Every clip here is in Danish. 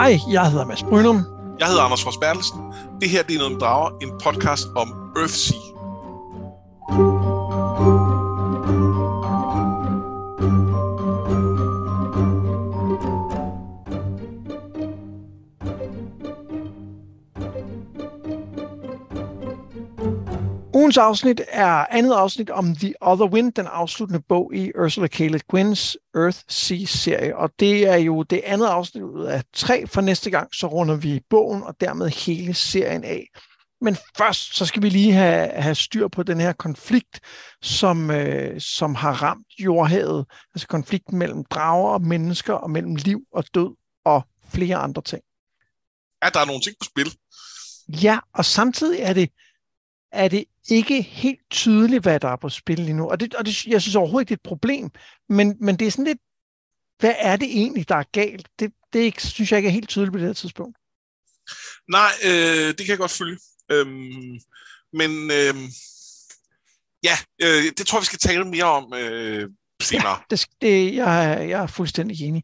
Hej, jeg hedder Mads Brynum. Jeg hedder Anders Frost Bertelsen. Det her det er Noget med Drager, en podcast om Earthsea. Ugens afsnit er andet afsnit om The Other Wind, den afsluttende bog i Ursula K. Le Guins Earthsea-serie. Og det er jo det andet afsnit ud af 3. For næste gang, så runder vi bogen og dermed hele serien af. Men først, så skal vi lige have styr på den her konflikt, som har ramt jordhavet. Altså konflikten mellem drager og mennesker, og mellem liv og død og flere andre ting. Ja, der er nogle ting på spil. Ja, og samtidig er det ikke helt tydeligt, hvad der er på spil lige nu. Og det, jeg synes overhovedet ikke, det er et problem. Men det er sådan lidt, hvad er det egentlig, der er galt? Det ikke, synes jeg ikke er helt tydeligt på det her tidspunkt. Nej, det kan jeg godt følge. Det tror jeg, vi skal tale mere om senere. Ja, jeg er fuldstændig enig.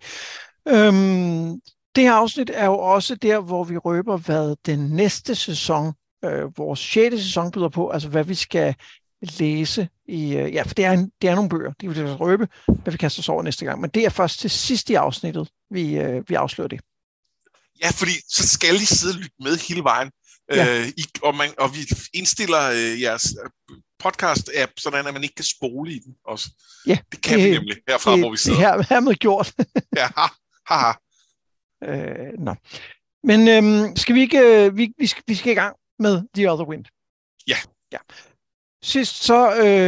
Det her afsnit er jo også der, hvor vi røber, hvad den næste sæson, vores 6. sæson byder på, altså hvad vi skal læse i, for det er nogle bøger, det er jo det, der røbe, hvad vi kaster os over næste gang, men det er først til sidst i afsnittet, vi afslører det. Ja, fordi så skal I sidde og lytte med hele vejen, og vi indstiller jeres podcast-app, sådan at man ikke kan spole i den også. Ja, det kan vi nemlig herfra, hvor vi sidder. Det hermed gjort. Ja, haha. Nå. Men skal vi ikke, vi skal i gang med The Other Wind. Ja. Sidst så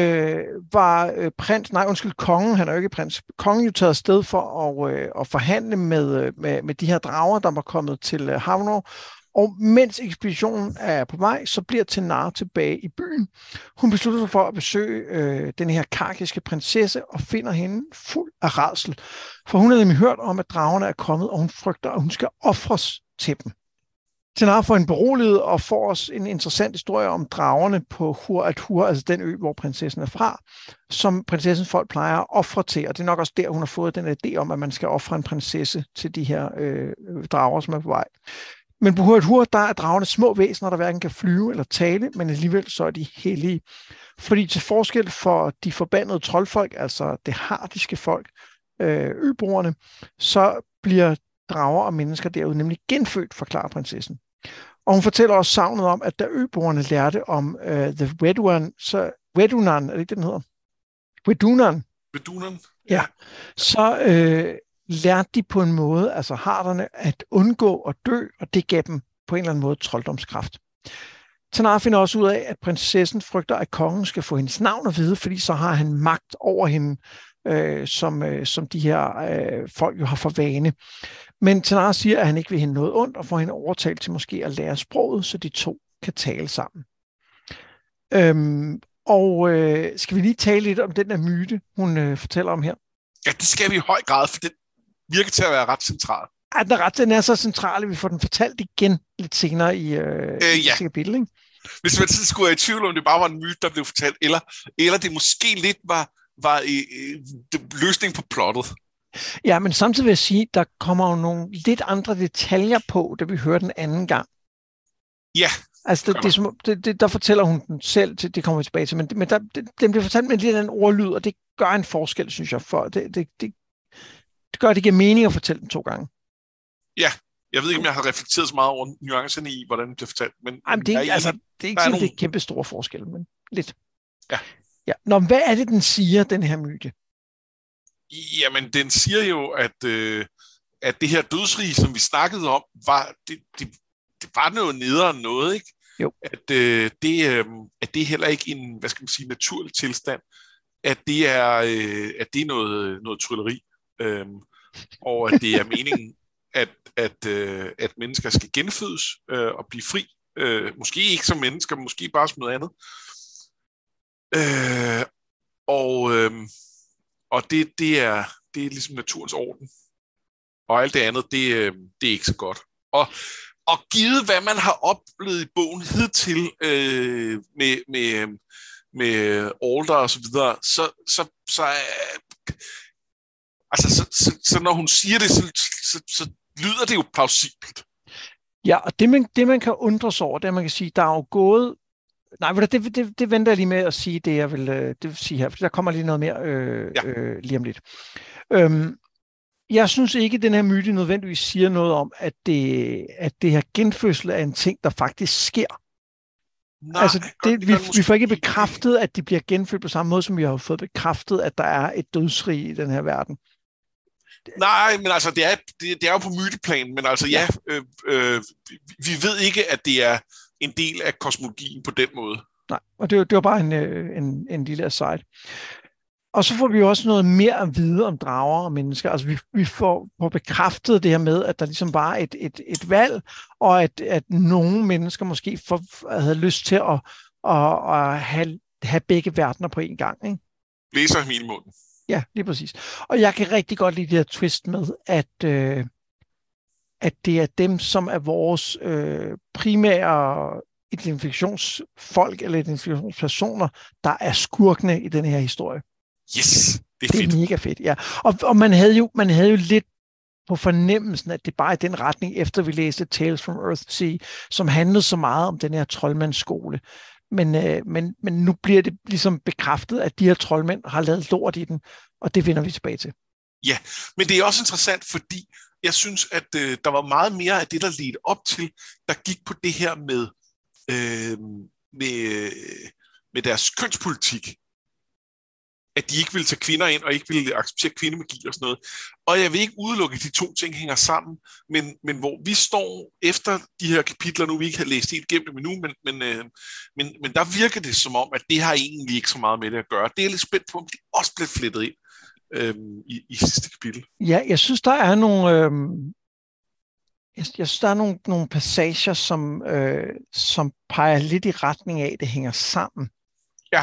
var kongen, han er jo ikke prins, kongen jo taget afsted for at forhandle med de her drager, der var kommet til Havnor. Og mens ekspeditionen er på vej, så bliver Thenare tilbage i byen. Hun beslutter sig for at besøge den her karkiske prinsesse og finder hende fuld af rædsel. For hun har nemlig hørt om, at dragerne er kommet, og hun frygter, at hun skal ofres til dem. Thenare får en beroliget og får os en interessant historie om dragerne på Hur, altså den ø, hvor prinsessen er fra, som prinsessens folk plejer at ofre til. Og det er nok også der, hun har fået den idé om, at man skal ofre en prinsesse til de her drager, som er på vej. Men på Hur, der er dragerne små væsener, der hverken kan flyve eller tale, men alligevel så er de hellige. Fordi til forskel for de forbandede troldfolk, altså det hardiske folk, øboerne, så bliver drager og mennesker derude nemlig genfødt, forklarer prinsessen. Og hun fortæller også savnet om, at da øboerne lærte om The Wedunan, er det ikke den hedder? Wedunan. Ja. Så lærte de på en måde, altså harderne, at undgå at dø, og det gav dem på en eller anden måde trolddomskraft. Thenare finder også ud af, at prinsessen frygter, at kongen skal få hendes navn at vide, fordi så har han magt over hende, som de her folk jo har for vane. Men Thenare siger, at han ikke vil hende noget ondt, og får hende overtalt til måske at lære sproget, så de to kan tale sammen. Skal vi lige tale lidt om den der myte, hun fortæller om her? Ja, det skal vi i høj grad, for det virker til at være ret central. Ja, den er så central, at vi får den fortalt igen lidt senere i kapitel, ikke? Hvis man skulle være i tvivl om, det bare var en myte, der blev fortalt, eller det måske lidt var løsning på plottet. Ja, men samtidig vil jeg sige, der kommer jo nogle lidt andre detaljer på, da vi hører den anden gang. Ja. Altså, der fortæller hun den selv, det kommer vi tilbage til, men den bliver fortalt med lidt af en ordlyd, og det gør en forskel, synes jeg, for det gør, at det giver mening at fortælle den 2 gange. Ja, jeg ved ikke, om jeg har reflekteret så meget over nuancerne i, hvordan det bliver fortalt, men det er ikke sådan, det er kæmpe store forskel, men lidt. Ja. Nå, hvad er det, den siger, den her myte? Jamen, den siger jo, at det her dødsrige, som vi snakkede om, det var noget nederen noget, ikke? Jo. At det er heller ikke en, hvad skal man sige, naturlig tilstand, at det er noget trylleri, og at det er meningen, at mennesker skal genfødes og blive fri. Måske ikke som mennesker, måske bare som noget andet. Og det er ligesom naturens orden. Og alt det andet, det er ikke så godt. Og givet hvad man har oplevet i bogen hidtil med alter og så videre, så når hun siger det, så lyder det jo plausibelt. Ja, og det man kan undre sig over, det er, man kan sige, der er jo gået... Nej, det venter jeg lige med at sige, det jeg det vil sige her, for der kommer lige noget mere lige om lidt. Jeg synes ikke, at den her myte nødvendigvis siger noget om, at det her genfødsel er en ting, der faktisk sker. Nej, altså, vi får ikke bekræftet, at de bliver genfødt på samme måde, som vi har fået bekræftet, at der er et dødsrige i den her verden. Nej, men altså, det er jo på myteplan, men altså ja, vi ved ikke, at det er en del af kosmologien på den måde. Nej, og det var bare en lille aside. Og så får vi jo også noget mere at vide om drager og mennesker. Altså vi får bekræftet det her med, at der ligesom var et valg, og at nogle mennesker måske havde lyst til at have begge verdener på en gang. Ikke? Blæser ham i munden. Ja, lige præcis. Og jeg kan rigtig godt lide det her twist med, at det er dem, som er vores primære identifikationsfolk eller identifikationspersoner, der er skurkene i den her historie. Yes, det er fedt. Det er mega fedt, ja. Og man havde jo lidt på fornemmelsen, at det bare er den retning, efter vi læste Tales from Earthsea, som handlede så meget om den her troldmandsskole. Men nu bliver det ligesom bekræftet, at de her troldmænd har lavet lort i den, og det vender vi tilbage til. Ja, men det er også interessant, fordi jeg synes, at der var meget mere af det, der ledte op til, der gik på det her med deres kønspolitik. At de ikke ville tage kvinder ind, og ikke ville acceptere kvindemagi og sådan noget. Og jeg vil ikke udelukke, at de to ting hænger sammen, men hvor vi står efter de her kapitler, nu vi ikke har læst helt igennem dem endnu, men der virker det som om, at det har egentlig ikke så meget med det at gøre. Det er lidt spændt på, om det også bliver flettet ind i sidste kapitel. Ja, jeg synes, der er nogle... Jeg synes, der er nogle passager, som peger lidt i retning af, at det hænger sammen. Ja.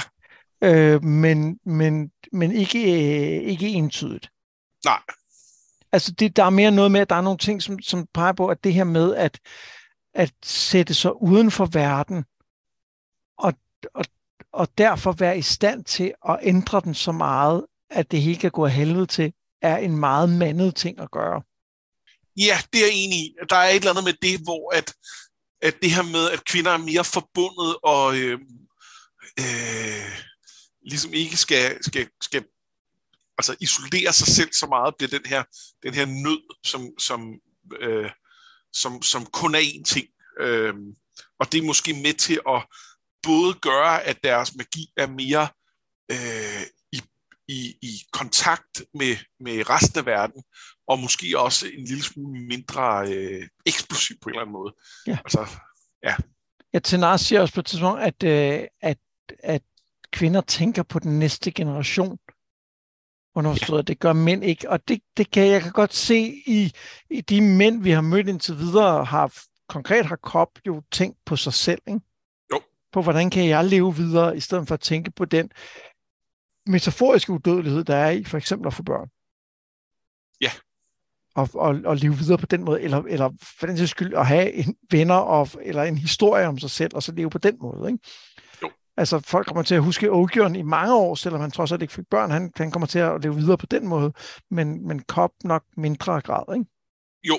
Men ikke entydigt. Nej. Altså, der er mere noget med, at der er nogle ting, som peger på, at det her med at sætte sig uden for verden, og derfor være i stand til at ændre den så meget, at det hele kan gå af helvede til, er en meget mandet ting at gøre. Ja, det er jeg enig i. Der er et eller andet med det, hvor at det her med, at kvinder er mere forbundet og ligesom ikke skal altså isolere sig selv så meget, bliver den her nød, som kun er én ting. Og det er måske med til at både gøre, at deres magi er mere i kontakt med resten af verden, og måske også en lille smule mindre eksplosiv på en eller anden måde. Ja. Altså, ja. Ja, Tenar siger også på et tidspunkt, at kvinder tænker på den næste generation. Underforstået, at det gør mænd ikke. Og det kan jeg godt se i de mænd, vi har mødt indtil videre, konkret har Cobb jo tænkt på sig selv. Ikke? Jo. På hvordan kan jeg leve videre, i stedet for at tænke på den metaforiske udødelighed, der er i for eksempel at få børn. Ja. Og leve videre på den måde, eller for den sags skyld at have venner eller en historie om sig selv, og så leve på den måde. Ikke? Jo. Altså folk kommer til at huske Ogion i mange år, selvom han trods alt ikke fik børn. Han kommer til at leve videre på den måde, men Cobb nok mindre grad. Ikke? Jo.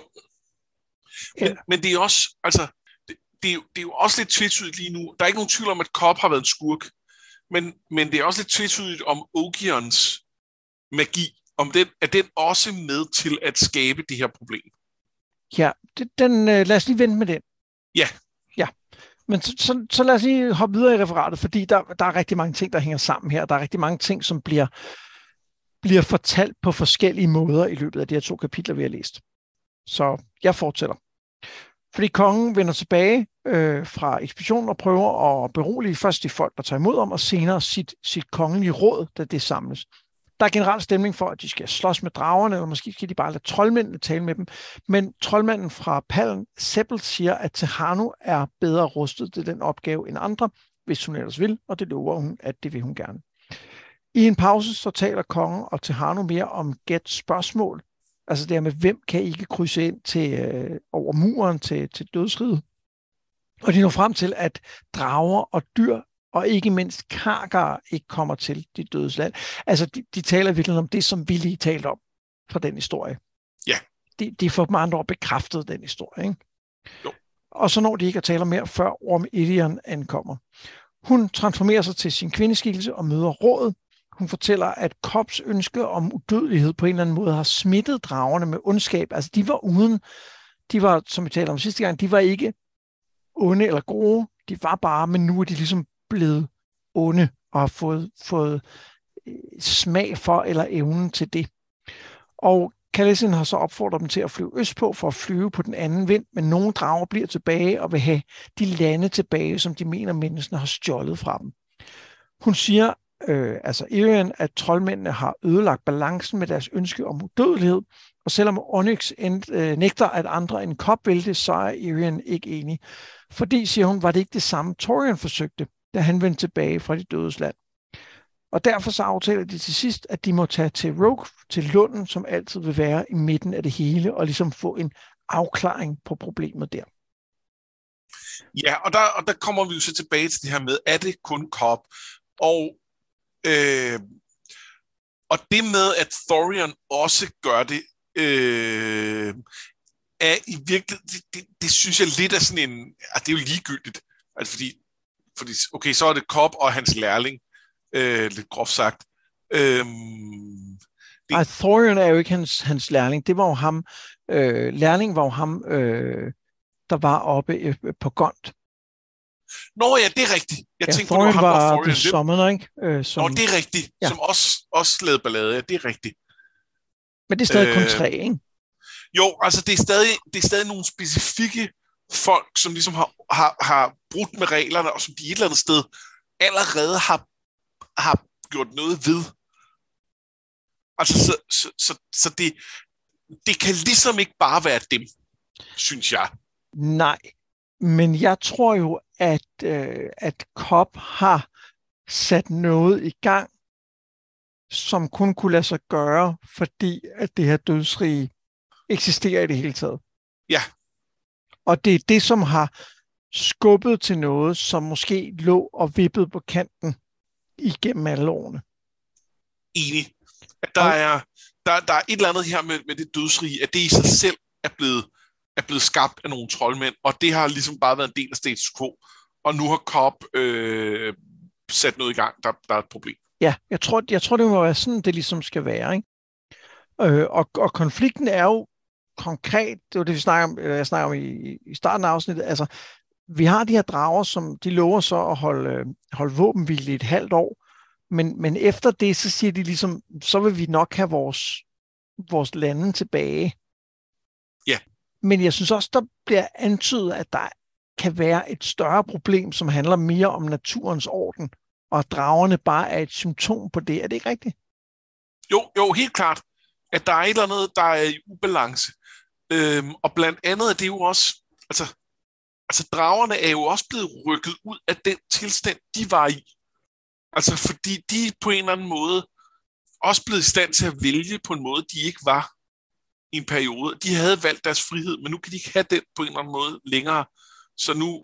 Men det er også, altså, det er jo også lidt tvetydigt lige nu. Der er ikke nogen tvivl om, at Cobb har været en skurk. Men det er også lidt tvetydigt om Ogions magi, er den også med til at skabe det her problem? Ja, lad os lige vente med den. Ja. Ja, men så lad os lige hoppe videre i referatet, fordi der er rigtig mange ting, der hænger sammen her. Der er rigtig mange ting, som bliver fortalt på forskellige måder i løbet af de her 2 kapitler, vi har læst. Så jeg fortsætter. Fordi kongen vender tilbage fra ekspeditionen og prøver at berolige først de folk, der tager imod ham, og senere sit kongelige råd, da det samles. Der er generelt stemning for, at de skal slås med dragerne, eller måske skal de bare lade troldmændene tale med dem. Men troldmanden fra Pallen, Seppel, siger, at Tehanu er bedre rustet til den opgave end andre, hvis hun ellers vil, og det lover hun, at det vil hun gerne. I en pause så taler kongen og Tehanu mere om gæt spørgsmål. Altså det her med, hvem kan ikke krydse ind over muren til dødsriget. Og de når frem til, at drager og dyr, og ikke mindst karker, ikke kommer til de dødes land. Altså de taler virkelig om det, som vi lige talte om fra den historie. Ja. de får med andre ord bekræftet den historie, ikke? Jo. Og så når de ikke at tale mere, før Orm-Eldian ankommer. Hun transformerer sig til sin kvindeskikkelse og møder rådet. Hun fortæller, at Cobbs ønske om udødelighed på en eller anden måde har smittet dragerne med ondskab. Altså de var, som vi talte om sidste gang, de var ikke onde eller gode. De var bare, men nu er de ligesom blevet onde og har fået smag for eller evnen til det. Og Khaleesi har så opfordret dem til at flyve østpå for at flyve på den anden vind, men nogle drager bliver tilbage og vil have de lande tilbage, som de mener menneskene har stjålet fra dem. Hun siger, altså Irian, at troldmændene har ødelagt balancen med deres ønske om udødelighed, og selvom Onyx nægter, at andre end Cobb vil det, så er Irian ikke enig. Fordi, siger hun, var det ikke det samme Torian forsøgte, da han vendte tilbage fra de dødes land. Og derfor så aftaler de til sidst, at de må tage til Rogue, til Lunden, som altid vil være i midten af det hele, og ligesom få en afklaring på problemet der. Ja, og der kommer vi jo så tilbage til det her med, er det kun Cobb? Og det med, at Thorian også gør det, er i virkeligheden, det synes jeg lidt er sådan en, det er jo ligegyldigt, altså fordi okay, så er det Cobb og hans lærling, lidt groft sagt. Thorian er jo ikke hans lærling, det var jo ham, lærling var jo ham, der var oppe på Gont. Nå ja, det er rigtigt. Jeg tænkte Thorian på, var Thorian The Summoner, ikke? Nå, det er rigtigt, ja. Som også lavede ballade, ja, det er rigtigt. Men det er stadig kun 3, ikke? Jo, altså det er stadig nogle specifikke folk, som ligesom har brudt med reglerne, og som de et eller andet sted allerede har gjort noget ved. Altså, så det kan ligesom ikke bare være dem, synes jeg. Nej, men jeg tror jo, at Cobb har sat noget i gang, som kun kunne lade sig gøre, fordi at det her dødsrige eksisterer i det hele taget. Ja. Og det er det, som har skubbet til noget, som måske lå og vippede på kanten igennem alle årene. Enig. At der er et eller andet her med det dødsrige, at det i sig selv er blevet skabt af nogle troldmænd, og det har ligesom bare været en del af status quo. Og nu har Cobb sat noget i gang, der er et problem. Ja, jeg tror, det må være sådan, det ligesom skal være, ikke? Og konflikten er jo konkret, det var det, jeg snakker om i starten af afsnittet, altså, vi har de her drager, som de lover så at holde våbenhvile i et halvt år, men efter det, så siger de ligesom, så vil vi nok have vores lande tilbage. Ja. Men jeg synes også, der bliver antydet, at der kan være et større problem, som handler mere om naturens orden, og at dragerne bare er et symptom på det. Er det ikke rigtigt? Jo, helt klart. At der er et eller andet, der er i ubalance. Og blandt andet er det jo også, altså dragerne er jo også blevet rykket ud af den tilstand, de var i. Altså fordi de på en eller anden måde også blevet i stand til at vælge på en måde, de ikke var i en periode. De havde valgt deres frihed, men nu kan de ikke have den på en eller anden måde længere. Så nu,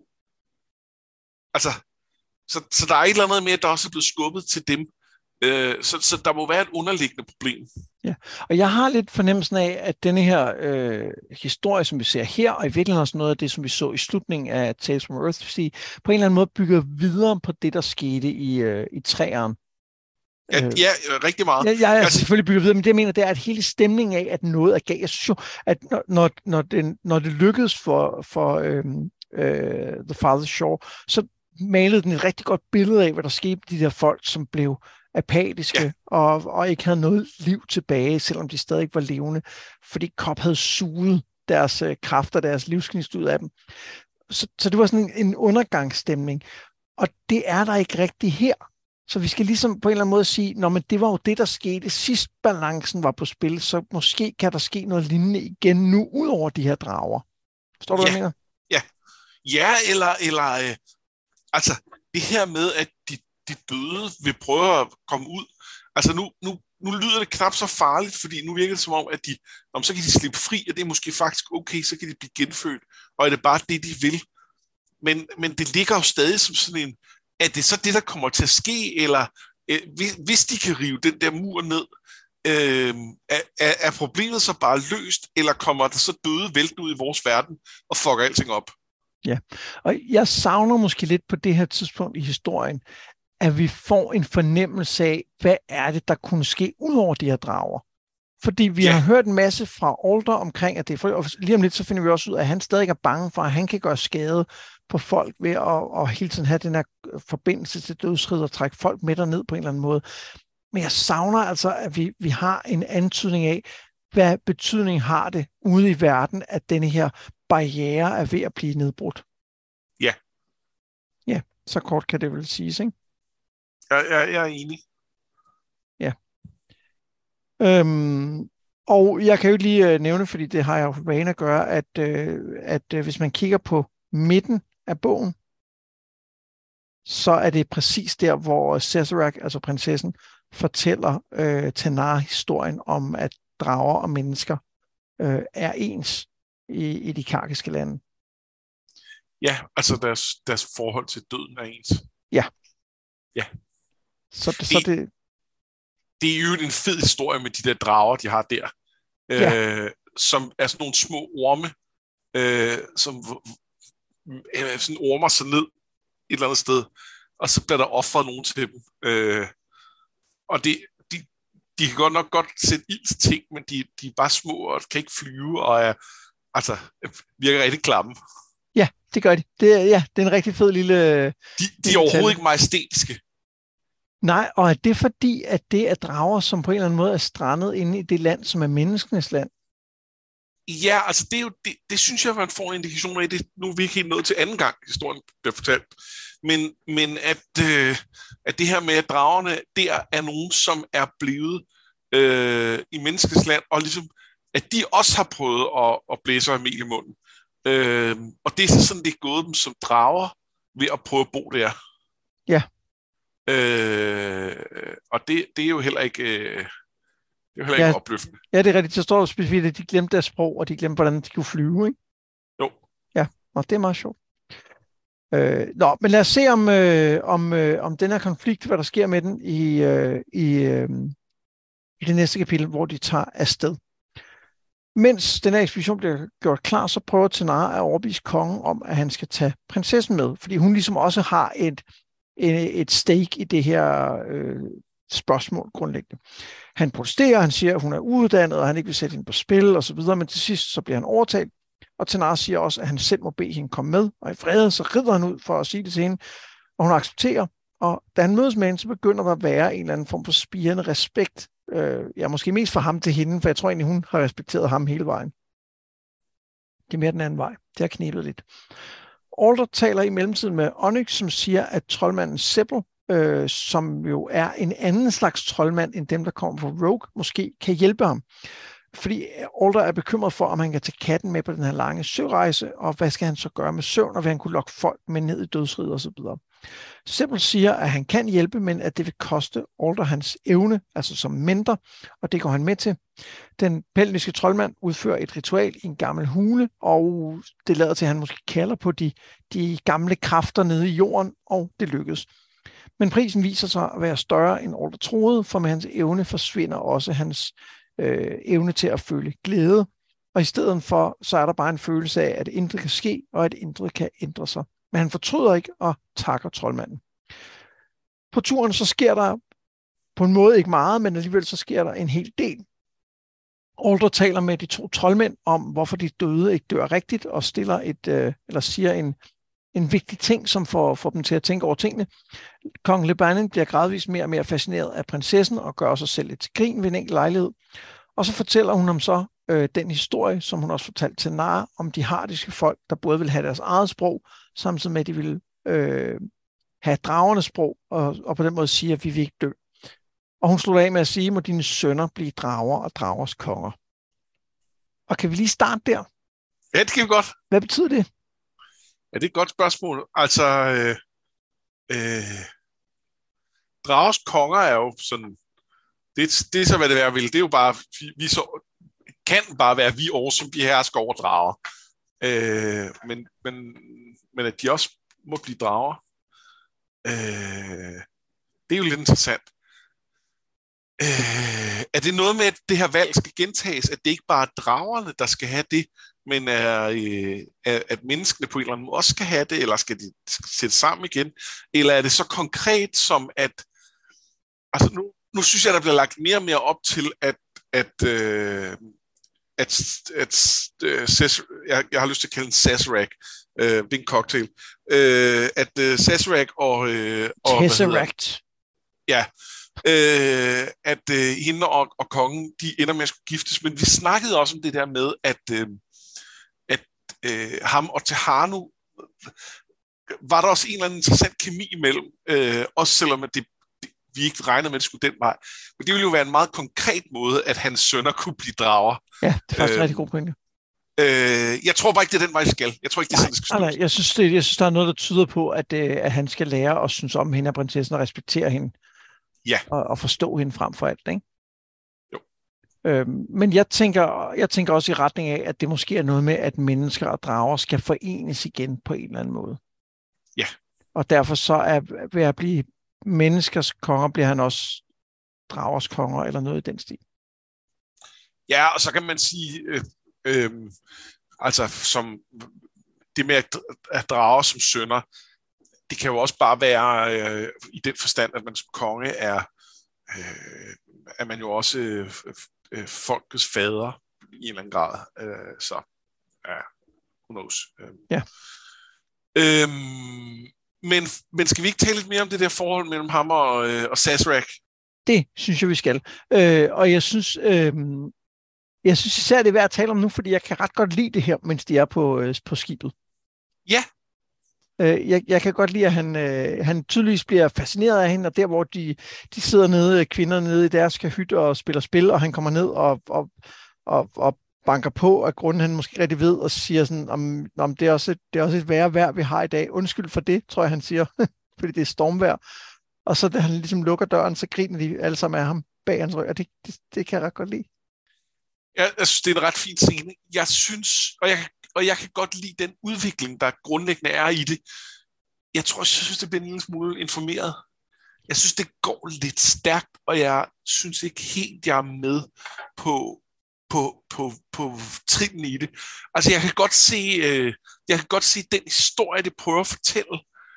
så der er et eller andet med, at der også er blevet skubbet til dem. Så der må være et underliggende problem. Ja, og jeg har lidt fornemmelsen af, at denne her historie, som vi ser her, og i virkeligheden også noget af det, som vi så i slutningen af Tales from Earthsea, på en eller anden måde bygger videre på det, der skete i træerne. Ja, rigtig meget. Jeg er selvfølgelig bygget videre, men det jeg mener, det er, at hele stemningen af, at noget er galt. Jeg synes jo, at når det lykkedes for The Farthest Shore, så malede den et rigtig godt billede af, hvad der skete med de der folk, som blev apatiske og ikke havde noget liv tilbage, selvom de stadig var levende, fordi Cobb havde suget deres kræfter, deres livsgnist ud af dem. Så det var sådan en undergangsstemning, og det er der ikke rigtig her. Så vi skal ligesom på en eller anden måde sige, nå, men det var jo det, der skete sidst balancen var på spil, så måske kan der ske noget lignende igen nu, ud over de her drager. Forstår du, hvad jeg mener? Ja, eller altså det her med, at de døde vil prøve at komme ud. Altså nu lyder det knap så farligt, fordi nu virker det som om, at så kan de slippe fri, og det er måske faktisk okay, så kan de blive genfødt, og er det bare det, de vil. Men det ligger jo stadig som sådan en, er det så det, der kommer til at ske, eller hvis de kan rive den der mur ned, er problemet så bare løst, eller kommer der så døde vælten ud i vores verden og fucker alting op? Ja, og jeg savner måske lidt på det her tidspunkt i historien, at vi får en fornemmelse af, hvad er det, der kunne ske ud over de her drager. Fordi vi Ja, har hørt en masse fra Alder omkring, at det er for, og lige om lidt, så finder vi også ud af, at han stadig er bange for, at han kan gøre skade på folk ved at hele tiden have den her forbindelse til dødsriget og trække folk med ned på en eller anden måde. Men jeg savner altså, at vi har en antydning af, hvad betydning har det ude i verden, at denne her barriere er ved at blive nedbrudt. ja. Ja, så kort kan det vel siges, ikke? Jeg er enig. Ja. Og jeg kan jo lige nævne, fordi det har jeg jo for vane at gøre, at hvis man kigger på midten af bogen, så er det præcis der, hvor Sazerac, altså prinsessen, fortæller Tanar historien om, at drager og mennesker er ens i de karkiske lande. Ja, altså deres forhold til døden er ens. Ja. Ja. Det er jo en fed historie med de der drager, de har der. Ja. Som er sådan nogle små orme, som sådan ormer sig ned et eller andet sted, og så bliver der offret nogen til dem. Og de kan godt nok sætte ild til ting, men de er bare små og kan ikke flyve, og virker rigtig klamme. Ja, det gør de. Det er en rigtig fed lille... De er overhovedet ikke majestætiske. Nej, og er det fordi, at det er drager, som på en eller anden måde er strandet inde i det land, som er menneskenes land? Ja, altså det er jo det synes jeg, man får en indikation af det. Nu er vi ikke helt nået til anden gang, historien bliver fortalt. Men at det her med, at dragerne der er nogen, som er blevet i menneskets land, og ligesom, at de også har prøvet at blæse af mel i munden. Og det er så sådan, det er gået dem som drager ved at prøve at bo der. Ja. Og det er jo heller ikke... Det er jo heller ikke opløftende. Ja, det er rigtigt. Så står der specifikt, at de glemte deres sprog, og de glemte, hvordan de kunne flyve, ikke? Jo. Ja, og det er meget sjovt. Men lad os se om den her konflikt, hvad der sker med den i det næste kapitel, hvor de tager afsted. Mens den her ekspedition bliver gjort klar, så prøver Tanar at overbevise kongen om, at han skal tage prinsessen med, fordi hun ligesom også har et stake i det her spørgsmål grundlæggende. Han protesterer, han siger, at hun er uuddannet, og han ikke vil sætte hende på spil, og så videre, men til sidst så bliver han overtalt, og Tanar siger også, at han selv må bede hende komme med, og i vrede så rider han ud for at sige det til hende, og hun accepterer, og da han mødes med hende, så begynder der at være en eller anden form for spirende respekt, måske mest for ham til hende, for jeg tror egentlig, hun har respekteret ham hele vejen. Det er mere den anden vej. Det har knebet lidt. Alder taler i mellemtiden med Onyx, som siger, at troldmanden Seppel, som jo er en anden slags troldmand end dem, der kommer fra Rogue, måske kan hjælpe ham. Fordi Alder er bekymret for, om han kan tage katten med på den her lange sørejse, og hvad skal han så gøre med søvn, og vil han kunne lokke folk med ned i dødsriget osv. Seppel siger, at han kan hjælpe, men at det vil koste Alder hans evne, altså som mentor, og det går han med til. Den pelniske troldmand udfører et ritual i en gammel hule, og det lader til, at han måske kalder på de gamle kræfter nede i jorden, og det lykkes. Men prisen viser sig at være større end Alder troede, for med hans evne forsvinder også hans evne til at føle glæde. Og i stedet for, så er der bare en følelse af, at intet kan ske, og at intet kan ændre sig. Men han fortryder ikke og takker troldmanden. På turen så sker der på en måde ikke meget, men alligevel så sker der en hel del. Alder taler med de to troldmænd om, hvorfor de døde ikke dør rigtigt, og stiller eller siger en vigtig ting, som får dem til at tænke over tingene. Kong Lebanon bliver gradvist mere og mere fascineret af prinsessen og gør sig selv lidt til grin ved en enkelt lejlighed. Og så fortæller hun om så den historie, som hun også fortalte til Tanar, om de hardiske folk, der både vil have deres eget sprog, samtidig med, at de vil have dragernes sprog, og på den måde sige, at vi vil ikke dø. Og hun slutter af med at sige, må dine sønner blive drager og dragers konger. Og kan vi lige starte der? Ja, det kan vi godt. Hvad betyder det? Ja, det er et godt spørgsmål. Altså, dragers konger er jo sådan, det er så, hvad det er, vil. Det er jo bare, kan bare være vi år, som de hersker over drager. Men at de også må blive drager, det er jo lidt interessant. er det noget med, at det her valg skal gentages, at det ikke bare er dragerne, der skal have det, men at menneskene på en eller anden måde også skal have det, eller skal de sætte sammen igen? Eller er det så konkret som, at altså nu synes jeg, der bliver lagt mere og mere op til, jeg har lyst til at kalde den Sazerac, det er en cocktail, at Sazerac og Tesseract. Ja, at hende og kongen, de ender med at skulle giftes, men vi snakkede også om det der med, at ham og Tehanu, var der også en eller anden interessant kemi imellem, også selvom at vi ikke regnede med, at det skulle den vej. Men det ville jo være en meget konkret måde, at hans sønner kunne blive drager. Ja, det er faktisk en rigtig god pointe. Jeg tror bare ikke, det er den vej, skal. Jeg tror ikke, det er sådan, det skal nej, jeg synes, der er noget, der tyder på, at han skal lære at synes om hende og prinsessen og respektere hende. Ja. Og forstå hende frem for alt, ikke? Jo. Men jeg tænker også i retning af, at det måske er noget med, at mennesker og drager skal forenes igen på en eller anden måde. Ja. Og derfor så ved at blive menneskers konger, bliver han også dragers konger, eller noget i den stil. Ja, og så kan man sige, altså som det med at drage som sønner, det kan jo også bare være i den forstand, at man som konge er man jo også folkets fader i en eller anden grad. Så ja, who knows. Ja. Men skal vi ikke tale lidt mere om det der forhold mellem ham og Sazerac? Det synes jeg, vi skal. Og jeg synes især, det er værd at tale om nu, fordi jeg kan ret godt lide det her, mens de er på skibet. Ja. Jeg kan godt lide, at han tydeligvis bliver fascineret af hende, og der, hvor de sidder nede, kvinder nede i deres kahyt og spiller spil, og han kommer ned og banker på, af grunden han måske rigtig ved, og siger sådan, om det er også et værre vejr, vi har i dag. Undskyld for det, tror jeg, han siger, fordi det er stormvejr. Og så da han ligesom lukker døren, så griner de alle sammen af ham bag hans ryg, og det kan jeg ret godt lide. Jeg synes, det er en ret fin scene. Jeg synes, og jeg kan godt lide den udvikling, der grundlæggende er i det. Jeg synes, det bliver en lille smule informeret. Jeg synes, det går lidt stærkt, og jeg synes ikke helt, jeg er med på trin i det. Altså, jeg kan godt se den historie, det prøver at fortælle.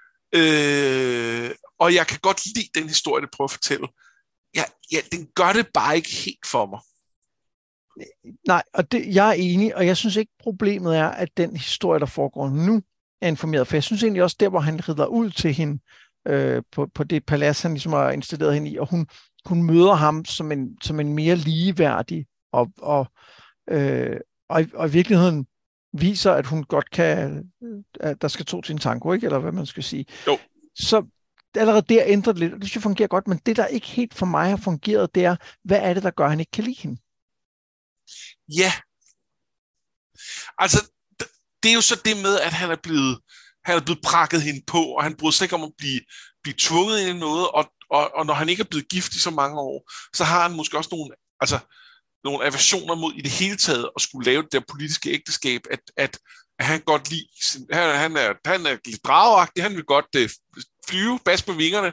Og jeg kan godt lide den historie, det prøver at fortælle. Den gør det bare ikke helt for mig. Nej, og jeg er enig, og jeg synes ikke, problemet er, at den historie, der foregår nu, er informeret. For jeg synes egentlig også, der, hvor han rider ud til hende på det palads, han ligesom har installeret hende i, og hun møder ham som en mere ligeværdig, og i virkeligheden viser, at hun godt kan, at der skal to til en tango, ikke? Eller hvad man skal sige. Jo. Så allerede der ændrer det lidt, og det synes jeg fungerer godt, men det, der ikke helt for mig har fungeret, det er, hvad er det, der gør, at han ikke kan lide hende? Ja. Altså, det er jo så det med, at han er blevet prakket hende på, og han bryder sig ikke om at blive tvunget ind i noget, og når han ikke er blevet gift i så mange år, så har han måske også nogle aversioner mod i det hele taget at skulle lave det der politiske ægteskab, at han godt lide, han er lidt drageagtig, han vil godt flyve, bas på vingerne,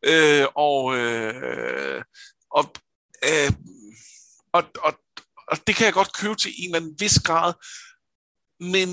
og det kan jeg godt købe til en eller anden vis grad, men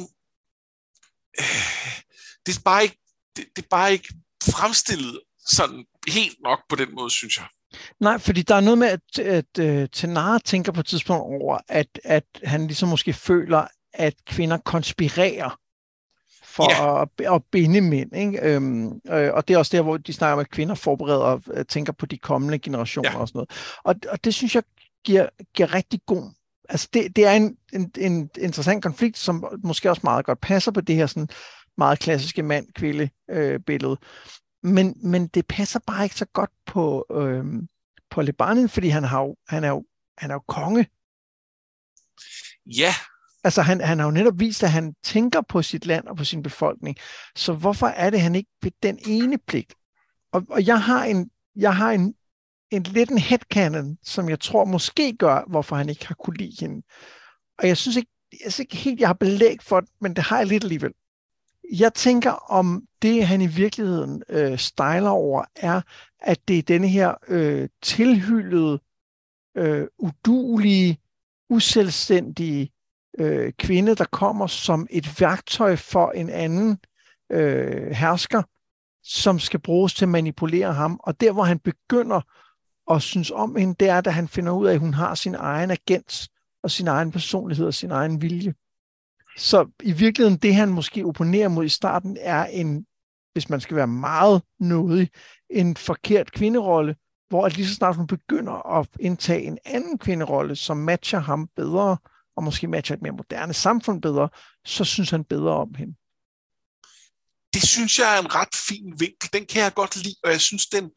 det er bare ikke fremstillet sådan helt nok på den måde, synes jeg. Nej, fordi der er noget med, at Tenara tænker på et tidspunkt over, at han ligesom måske føler, at kvinder konspirerer for at binde mænd. Ikke? Og det er også der, hvor de snakker om, at kvinder forbereder og tænker på de kommende generationer og sådan noget. Og det synes jeg giver rigtig god. Altså det er en interessant konflikt, som måske også meget godt passer på det her sådan meget klassiske mand-kvinde-billede. Men det passer bare ikke så godt på Lebanon, fordi han er jo konge. Ja. Altså han har jo netop vist, at han tænker på sit land og på sin befolkning. Så hvorfor er det, han ikke ved den ene pligt? Og jeg har en lidt en headcanon, som jeg tror måske gør, hvorfor han ikke har kunne lide hende. Og jeg synes ikke helt, jeg har belæg for det, men det har jeg lidt alligevel. Jeg tænker, om det, han i virkeligheden stejler over, er, at det er denne her tilhyldede uduelige, uselvstændige kvinde, der kommer som et værktøj for en anden hersker, som skal bruges til at manipulere ham. Og der, hvor han begynder at synes om hende, det er, da han finder ud af, at hun har sin egen agens og sin egen personlighed og sin egen vilje. Så i virkeligheden, det han måske opponerer mod i starten, er en, hvis man skal være meget nådig, en forkert kvinderolle, hvor at lige så snart hun begynder at indtage en anden kvinderolle, som matcher ham bedre, og måske matcher et mere moderne samfund bedre, så synes han bedre om hende. Det synes jeg er en ret fin vinkel. Den kan jeg godt lide, og jeg synes, den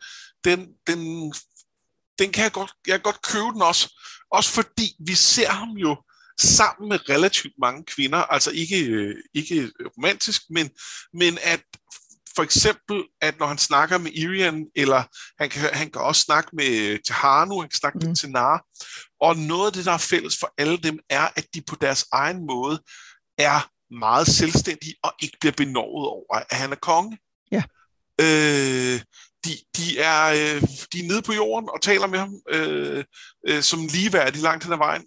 kan jeg godt købe den også. Også fordi vi ser ham jo sammen med relativt mange kvinder, altså ikke romantisk, men at for eksempel, at når han snakker med Irian, eller han kan også snakke med Tehanu, han kan snakke med Tenar, og noget af det, der er fælles for alle dem, er, at de på deres egen måde er meget selvstændige, og ikke bliver benovet over, at han er konge. Ja. De er nede på jorden og taler med ham som ligeværdige langt hen ad vejen.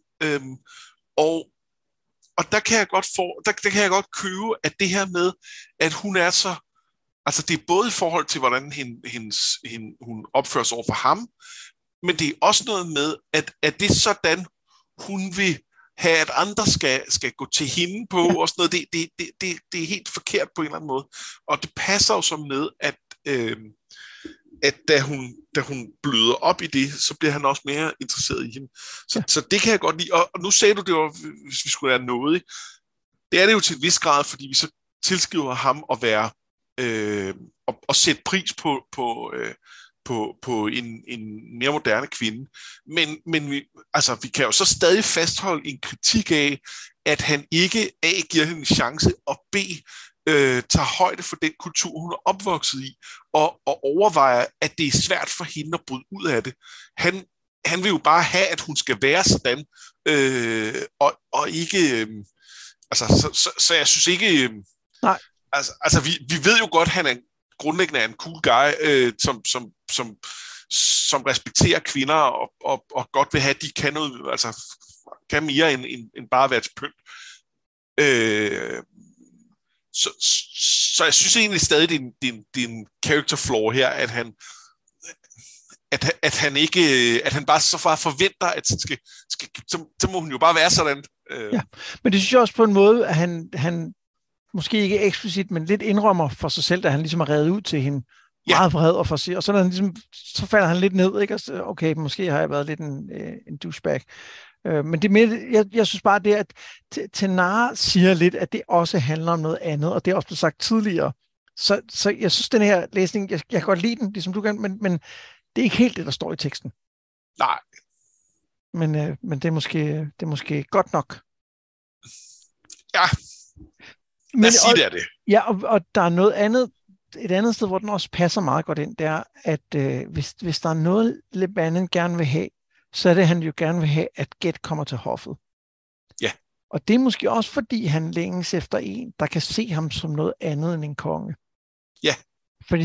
Og der kan jeg godt købe, at det her med, at hun er så, altså det er både i forhold til, hvordan hun opfører sig over for ham, men det er også noget med, at det er sådan, hun vil have, at andre skal gå til hende på, og sådan noget. Det er helt forkert på en eller anden måde. Og det passer jo så med, at da hun bløder op i det, så bliver han også mere interesseret i hende. Så det kan jeg godt lide. Og nu sagde du, det var, hvis vi skulle være nådige. Det er det jo til en vis grad, fordi vi så tilskriver ham at være og sætte pris på en mere moderne kvinde. Men vi kan jo så stadig fastholde en kritik af, at han ikke A, giver hende en chance, og B, tager højde for den kultur, hun er opvokset i, og overvejer, at det er svært for hende at bryde ud af det. Han vil jo bare have, at hun skal være sådan, og ikke... Så jeg synes ikke... Nej. Altså vi ved jo godt, at han er grundlæggende er en cool guy, som respekterer kvinder, og godt vil have, at de kan noget, altså kan mere end bare at være til pynt. Så jeg synes egentlig stadig, det er en character flaw her, at han bare så far forventer, at så må hun jo bare være sådan. Ja, men det synes jeg også på en måde, at han måske ikke eksplicit, men lidt indrømmer for sig selv, da han ligesom er revet ud til hende. Meget vred og for sig, og så falder han lidt ned, ikke? Og så, okay, måske har jeg været lidt en douchebag. Men det med, jeg synes bare det, at Tenar siger lidt, at det også handler om noget andet, og det er også blevet sagt tidligere. Så jeg synes, den her læsning, jeg kan godt lide den, ligesom du kan, men det er ikke helt det, der står i teksten. Nej. Men det er måske godt nok. Ja. Lad os sige, det er det. Ja, og der er noget andet, et andet sted, hvor den også passer meget godt ind, det er, at hvis der er noget, Lebanon gerne vil have, så er det, han jo gerne vil have, at Get kommer til hoffet. Ja. Og det er måske også, fordi han længes efter en, der kan se ham som noget andet end en konge. Ja. Fordi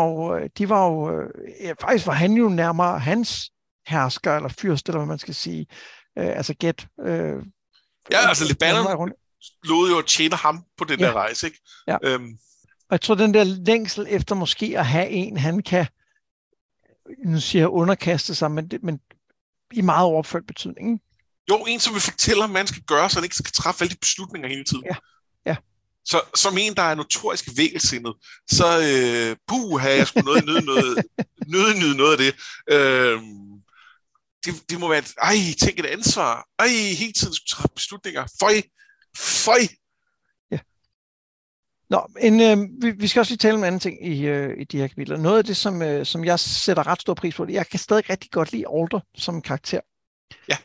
faktisk var han jo nærmere hans hersker, eller fyrst, eller hvad man skal sige. Altså Get. Ja, altså Lebanon lod jo at tjene ham på den der rejse, ikke? Ja. Og jeg tror, den der længsel efter måske at have en, han kan, nu siger jeg underkaste sig, men i meget overført betydning. Jo, en, som vil fortælle, hvad man skal gøre, så han ikke skal træffe alle de beslutninger hele tiden. Ja. Så som en, der er notorisk vægelsindet, så jeg skulle nyde noget af det. Det må være, tænk et ansvar. Hele tiden skulle træffe beslutninger. Føj. Ja. Nå, vi skal også lige tale om en anden ting i de her kapitler. Noget af det, som jeg sætter ret stor pris på, jeg kan stadig rigtig godt lide Alder som karakter. Ja.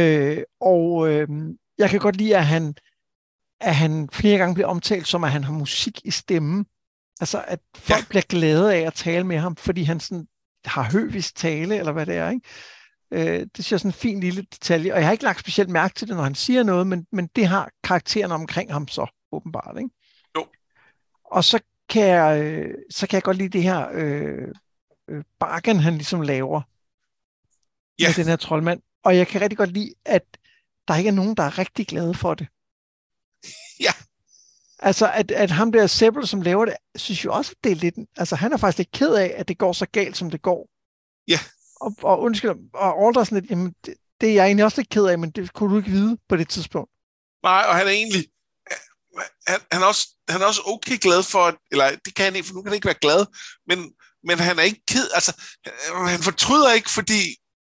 Jeg kan godt lide, at han flere gange bliver omtalt som, at han har musik i stemmen. Altså, at folk bliver glade af at tale med ham, fordi han sådan har høvis tale, eller hvad det er, ikke? Det synes jeg er sådan en fin lille detalje, og jeg har ikke lagt specielt mærke til det, når han siger noget, men det har karakteren omkring ham så åbenbart, ikke? Jo. Og så kan jeg godt lide det her bargain, han ligesom laver med den her troldmand. Og jeg kan rigtig godt lide, at der ikke er nogen, der er rigtig glade for det. Ja. Altså, at ham der Sebel, som laver det, synes jo også, at det er lidt... Altså, han er faktisk lidt ked af, at det går så galt, som det går. Ja. Og undskyld, og Alder sådan lidt, jamen, det er jeg egentlig også lidt ked af, men det kunne du ikke vide på det tidspunkt. Nej, og han er egentlig... Han er også okay glad for... Eller det kan han ikke, for nu kan han ikke være glad. Men han er ikke ked... Altså, han fortryder ikke, fordi...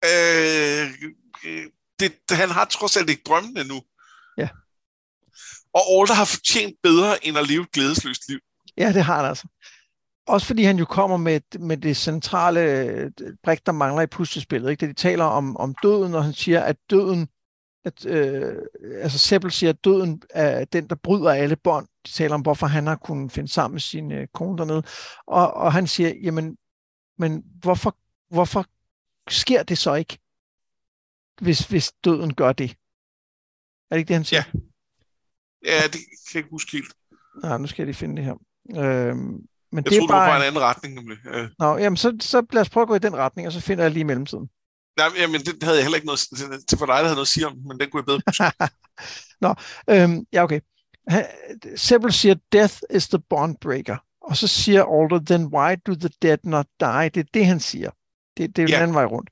han har trods alt ikke drømmen endnu. Ja. Og Alder har fortjent bedre, end at leve et glædesløst liv. Ja, det har han altså. Også fordi han jo kommer med det centrale brik, der mangler i puslespillet. Ikke? Det, de taler om døden, og han siger, at døden, altså Seppel siger, at døden er den, der bryder alle bånd. De taler om, hvorfor han har kunnet finde sammen med sin kone dernede. Og han siger, jamen, men hvorfor sker det så ikke, hvis døden gør det? Er det ikke det, han siger? Ja, det kan jeg ikke huske helt. Nej, nu skal jeg lige finde det her. Men jeg troede, det var bare en anden retning, nemlig. Nå, jamen, så lad os prøve at gå i den retning, og så finder jeg lige i mellemtiden. Nej, jamen, det havde jeg heller ikke noget til for dig, der havde noget at sige om, men den kunne jeg bedre huske. Nå, ja, okay. Several siger, death is the bond breaker. Og så siger Alder, then why do the dead not die? Det er det, han siger. Det er jo den anden vej rundt.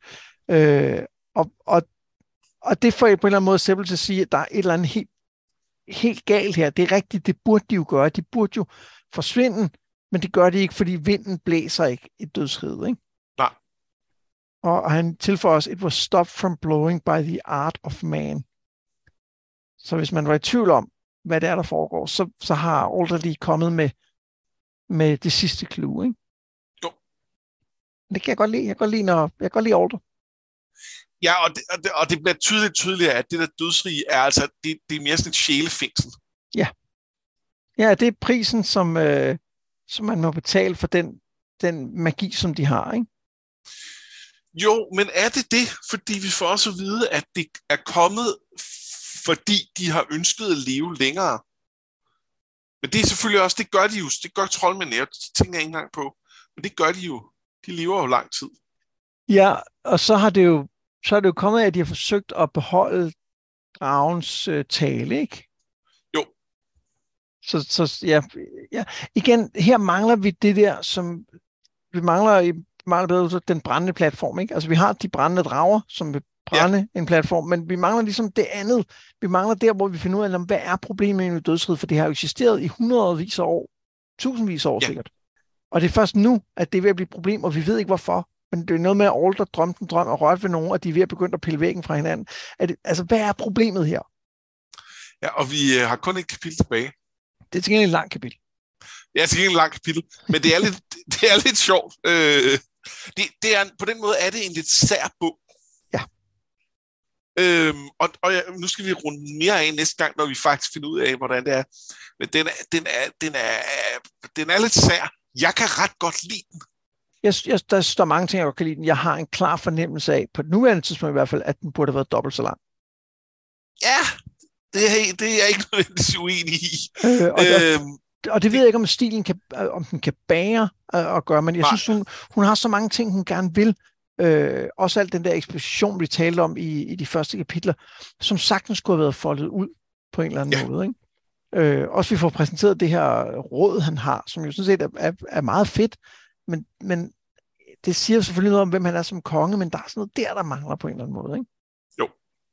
Og det får jeg på en eller anden måde Several til at sige, at der er et eller andet helt galt her. Det er rigtigt, det burde de jo gøre. De burde jo forsvinde, men det gør de ikke, fordi vinden blæser ikke i dødsriget, ikke? Nej. Og han tilføjer også, it was stopped from blowing by the art of man. Så hvis man var i tvivl om, hvad det er, der foregår, så har Alder lige kommet med det sidste clue, ikke? Jo. Det kan jeg godt lide. Jeg kan godt lide Alder. Ja, og det bliver tydeligere, at det der dødsrige er altså, det er mere sådan et sjælefængsel. Ja. Ja, det er prisen, som man må betale for den magi, som de har, ikke? Jo, men er det? Fordi vi får også at vide, at det er kommet, fordi de har ønsket at leve længere. Men det er selvfølgelig også, det gør de jo, det gør troldmænd, jeg tænker ikke engang på. Men det gør de jo. De lever jo lang tid. Ja, og så er det jo kommet af, at de har forsøgt at beholde dragens tale, ikke? Jo. Så ja. Igen, her mangler vi det der, som vi mangler bedre den brændende platform, ikke? Altså vi har de brændende drager, som vil brænde en platform, men vi mangler ligesom det andet. Vi mangler der, hvor vi finder ud af, hvad er problemet med dødsriget, for det har jo eksisteret i hundredvis af år, tusindvis af år sikkert. Og det er først nu, at det er ved at blive et problem, og vi ved ikke hvorfor. Men det er noget med, at Alder drømte en drøm og rørte ved nogen, og de er ved at begynde at pille væggen fra hinanden. Altså, hvad er problemet her? Ja, og vi har kun et kapitel tilbage. Det er til gengæld et langt kapitel. Ja, til gengæld et langt kapitel. Men det er lidt sjovt. På den måde er det en lidt sær bog. Ja. Nu skal vi runde mere af næste gang, når vi faktisk finder ud af, hvordan det er. Men den er lidt sær. Jeg kan ret godt lide den. Der står mange ting, jeg godt kan lide den. Jeg har en klar fornemmelse af, på nuværende tidspunkt i hvert fald, at den burde have været dobbelt så lang. Ja, det er jeg ikke nødvendigvis uenig i. Og det ved jeg ikke, om stilen om den kan bære at gøre, men jeg synes, hun har så mange ting, hun gerne vil. Også alt den der eksposition, vi talte om i de første kapitler, som sagtens skulle have været foldet ud på en eller anden måde. Ikke? Også vi får præsenteret det her råd, han har, som jo sådan set er meget fedt, men det siger selvfølgelig noget om, hvem han er som konge, men der er sådan noget der mangler på en eller anden måde, ikke? Jo.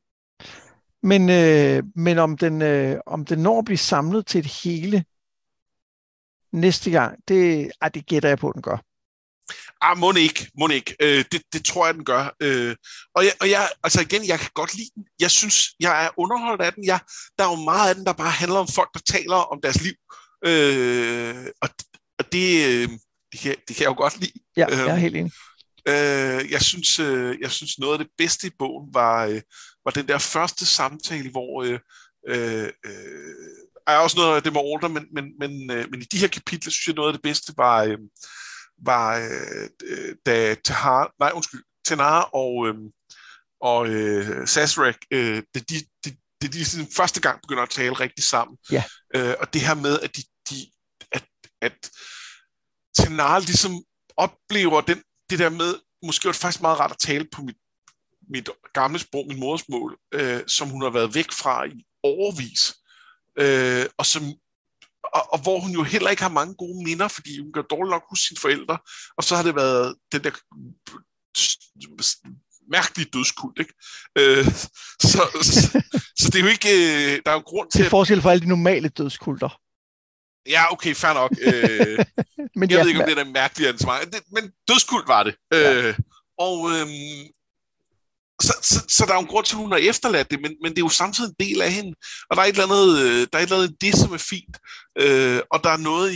Men om den når at blive samlet til et hele næste gang, det gætter jeg på, den gør. Må ikke. Det tror jeg, den gør. Og jeg, altså igen, jeg kan godt lide den. Jeg synes, jeg er underholdt af den. Der er jo meget af den, der bare handler om folk, der taler om deres liv. Og det kan jeg jo godt lide. Ja, jeg er helt enig. Jeg synes noget af det bedste i bogen var den der første samtale, hvor er også noget af det med Alder, men i de her kapitler synes jeg noget af det bedste var da Tenara og Sazerac, da de sådan første gang begynder at tale rigtig sammen. Ja. Og det her med, at Tenara ligesom oplever det der med, måske var det faktisk meget rart at tale mit gamle sprog, min modersmål, som hun har været væk fra i årevis, og hvor hun jo heller ikke har mange gode minder, fordi hun kan dårligt nok huske sine forældre, og så har det været den der mærkelige dødskult, ikke? Så det er jo ikke, der er jo grund til... Det er forskel for alle de normale dødskulter. Ja, okay, fair nok. Men jeg ved ikke, om det er mærkeligt ansvar, men dødskult var det. Ja. Så der er jo en grund til, at hun har efterladt det, men det er jo samtidig en del af hende. Og der er et eller andet det, som er fint. Og der er noget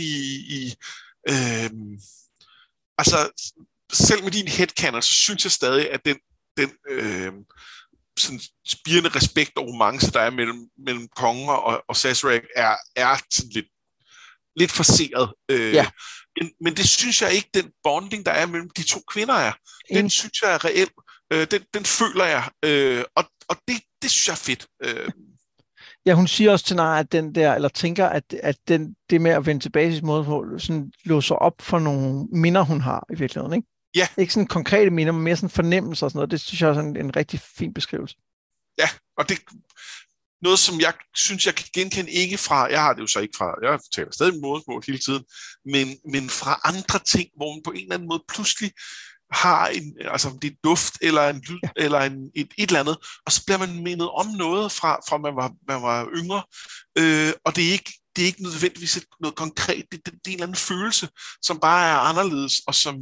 altså, selv med din headcanon, så synes jeg stadig, at den sådan spirende respekt og romance, der er mellem kongen og Sazerac, er sådan lidt forseret. Ja. Men det synes jeg ikke, den bonding, der er mellem de to kvinder er. Den synes jeg er reel. Den føler jeg, og det synes jeg er fedt. Ja, hun siger også til Nara, at den der, eller tænker, at det med at vende tilbage til sit modersmål, sådan låser op for nogle minder, hun har i virkeligheden, ikke? Ja. Ikke sådan konkrete minder, men mere sådan fornemmelser og sådan noget. Det synes jeg er sådan en rigtig fin beskrivelse. Ja, og det noget, som jeg synes, jeg kan genkende ikke fra, jeg har det jo så ikke fra, jeg taler stadig med modersmål hele tiden, men fra andre ting, hvor man på en eller anden måde pludselig har altså det er duft, eller en lyd, eller et eller andet, og så bliver man mindet om noget fra man var yngre, og det er ikke nødvendigvis noget konkret, det er en eller anden følelse, som bare er anderledes, og som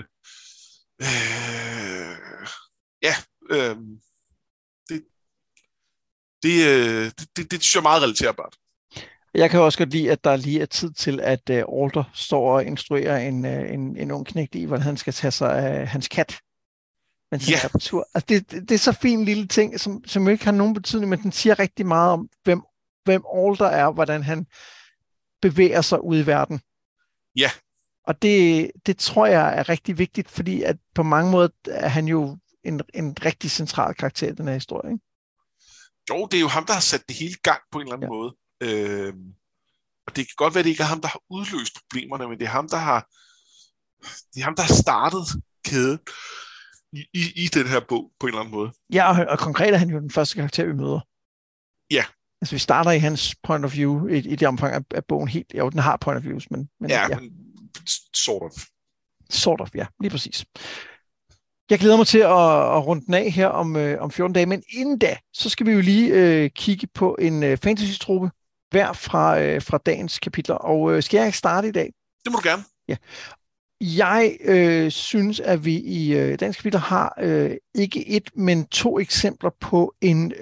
det synes jeg er meget relaterbart. Jeg kan også godt lide, at der lige er tid til, at Alder står og instruerer en ung knægt i, hvordan han skal tage sig af hans kat. Men ja. Altså, det er så fin en lille ting, som ikke har nogen betydning, men den siger rigtig meget om, hvem Alder er, hvordan han bevæger sig ud i verden. Ja. Og det tror jeg er rigtig vigtigt, fordi at på mange måder er han jo en rigtig central karakter i den her historie, ikke? Jo, det er jo ham, der har sat det hele i gang på en eller anden måde. Og det kan godt være, at det ikke er ham, der har udløst problemerne, men det er ham, der har startet kæden i den her bog på en eller anden måde. Ja, og konkret er han jo den første karakter, vi møder. Ja. Altså, vi starter i hans point of view, i det omfang af bogen helt. Jo, den har point of views, men men sort of. Sort of, ja. Lige præcis. Jeg glæder mig til at runde den af her om 14 dage, men inden da, så skal vi jo lige kigge på en fantasy-truppe hver fra dagens kapitler. Og skal jeg ikke starte i dag? Det må du gerne. Ja. Jeg synes, at vi i dagens kapitler har ikke et, men 2 eksempler på en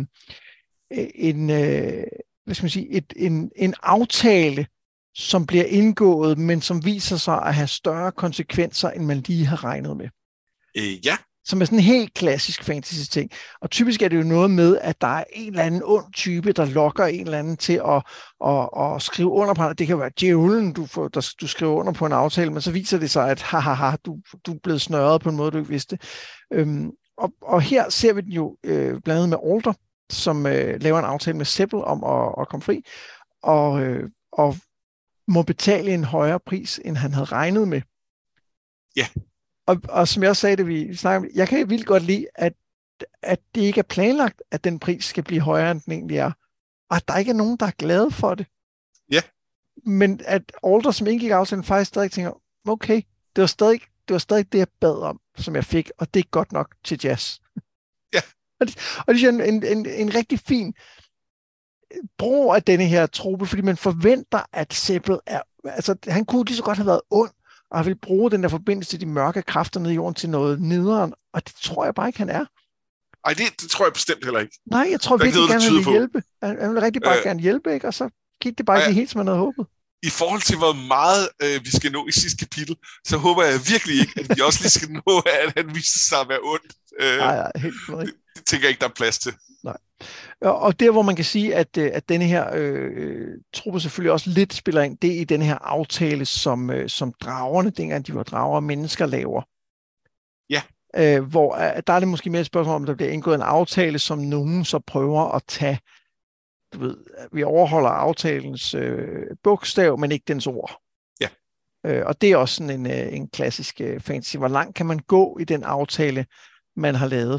aftale, som bliver indgået, men som viser sig at have større konsekvenser, end man lige har regnet med. Ja. Som er sådan en helt klassisk fantasy-ting. Og typisk er det jo noget med, at der er en eller anden ond type, der lokker en eller anden til at skrive under på. Det kan være djævlen, du skriver under på en aftale, men så viser det sig, at du er blevet snørret på en måde, du ikke vidste. Og her ser vi den jo blandt andet med Alder, som laver en aftale med Sebel om at komme fri, og må betale en højere pris, end han havde regnet med. Ja. Og som jeg også sagde, det vi snakker om, jeg kan vildt godt lide, at det ikke er planlagt, at den pris skal blive højere, end den egentlig er. Og at der ikke er nogen, der er glade for det. Ja. Men at Alder, som indgik aftalen, faktisk stadig tænker, okay, det var stadig det, jeg bad om, som jeg fik, og det er godt nok til jazz. Ja. Og det er en rigtig fin brug af denne her truppe, fordi man forventer, at Sebel er, altså han kunne lige så godt have været ond, og han vil bruge den der forbindelse til de mørke kræfter nede i jorden til noget nederen, og det tror jeg bare ikke, han er. Nej, det tror jeg bestemt heller ikke. Nej, jeg tror virkelig gerne, han vil hjælpe. Han vil rigtig bare gerne hjælpe, ikke? Og så gik det bare ikke helt, som han havde håbet. I forhold til, hvor meget vi skal nå i sidste kapitel, så håber jeg virkelig ikke, at vi også lige skal nå, at han viser sig at være ond. Nej, helt korrekt. Det tænker jeg ikke, der er plads til. Nej. Og der, hvor man kan sige, at denne her truppe selvfølgelig også lidt spiller ind, det er i denne her aftale, som dragerne, dengang de var drager, mennesker laver. Ja. Hvor der er det måske mere et spørgsmål, om der bliver indgået en aftale, som nogen så prøver at tage. Du ved, vi overholder aftalens bogstav, men ikke dens ord. Ja. Og det er også sådan en klassisk fantasy. Hvor langt kan man gå i den aftale, man har lavet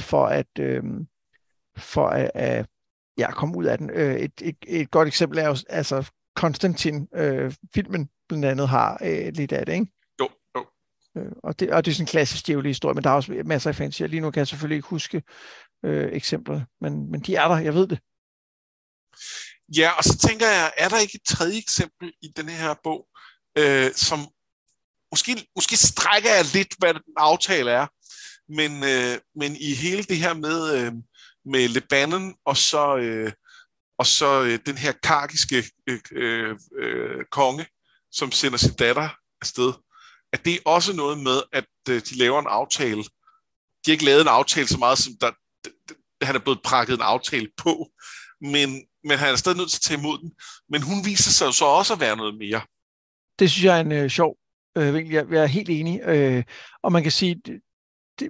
for at ja, komme ud af den. Et godt eksempel er jo, altså Konstantin, filmen blandt andet har lidt af det, ikke? Jo, jo. Og det er sådan en klassisk djævlehistorie, men der er også masser af fantasy. Lige nu kan jeg selvfølgelig ikke huske eksempler, men de er der, jeg ved det. Ja, og så tænker jeg, er der ikke et tredje eksempel i den her bog, som måske strækker jeg lidt, hvad den aftale er, men i hele det her med Lebanon og så den her kargiske konge, som sender sin datter afsted, at det er også noget med, at de laver en aftale. De har ikke lavet en aftale så meget, som han er blevet prakket en aftale på, men han er stadig nødt til at tage imod den. Men hun viser sig jo så også at være noget mere. Det synes jeg er en sjov vinkel. Jeg er helt enig. Og man kan sige, det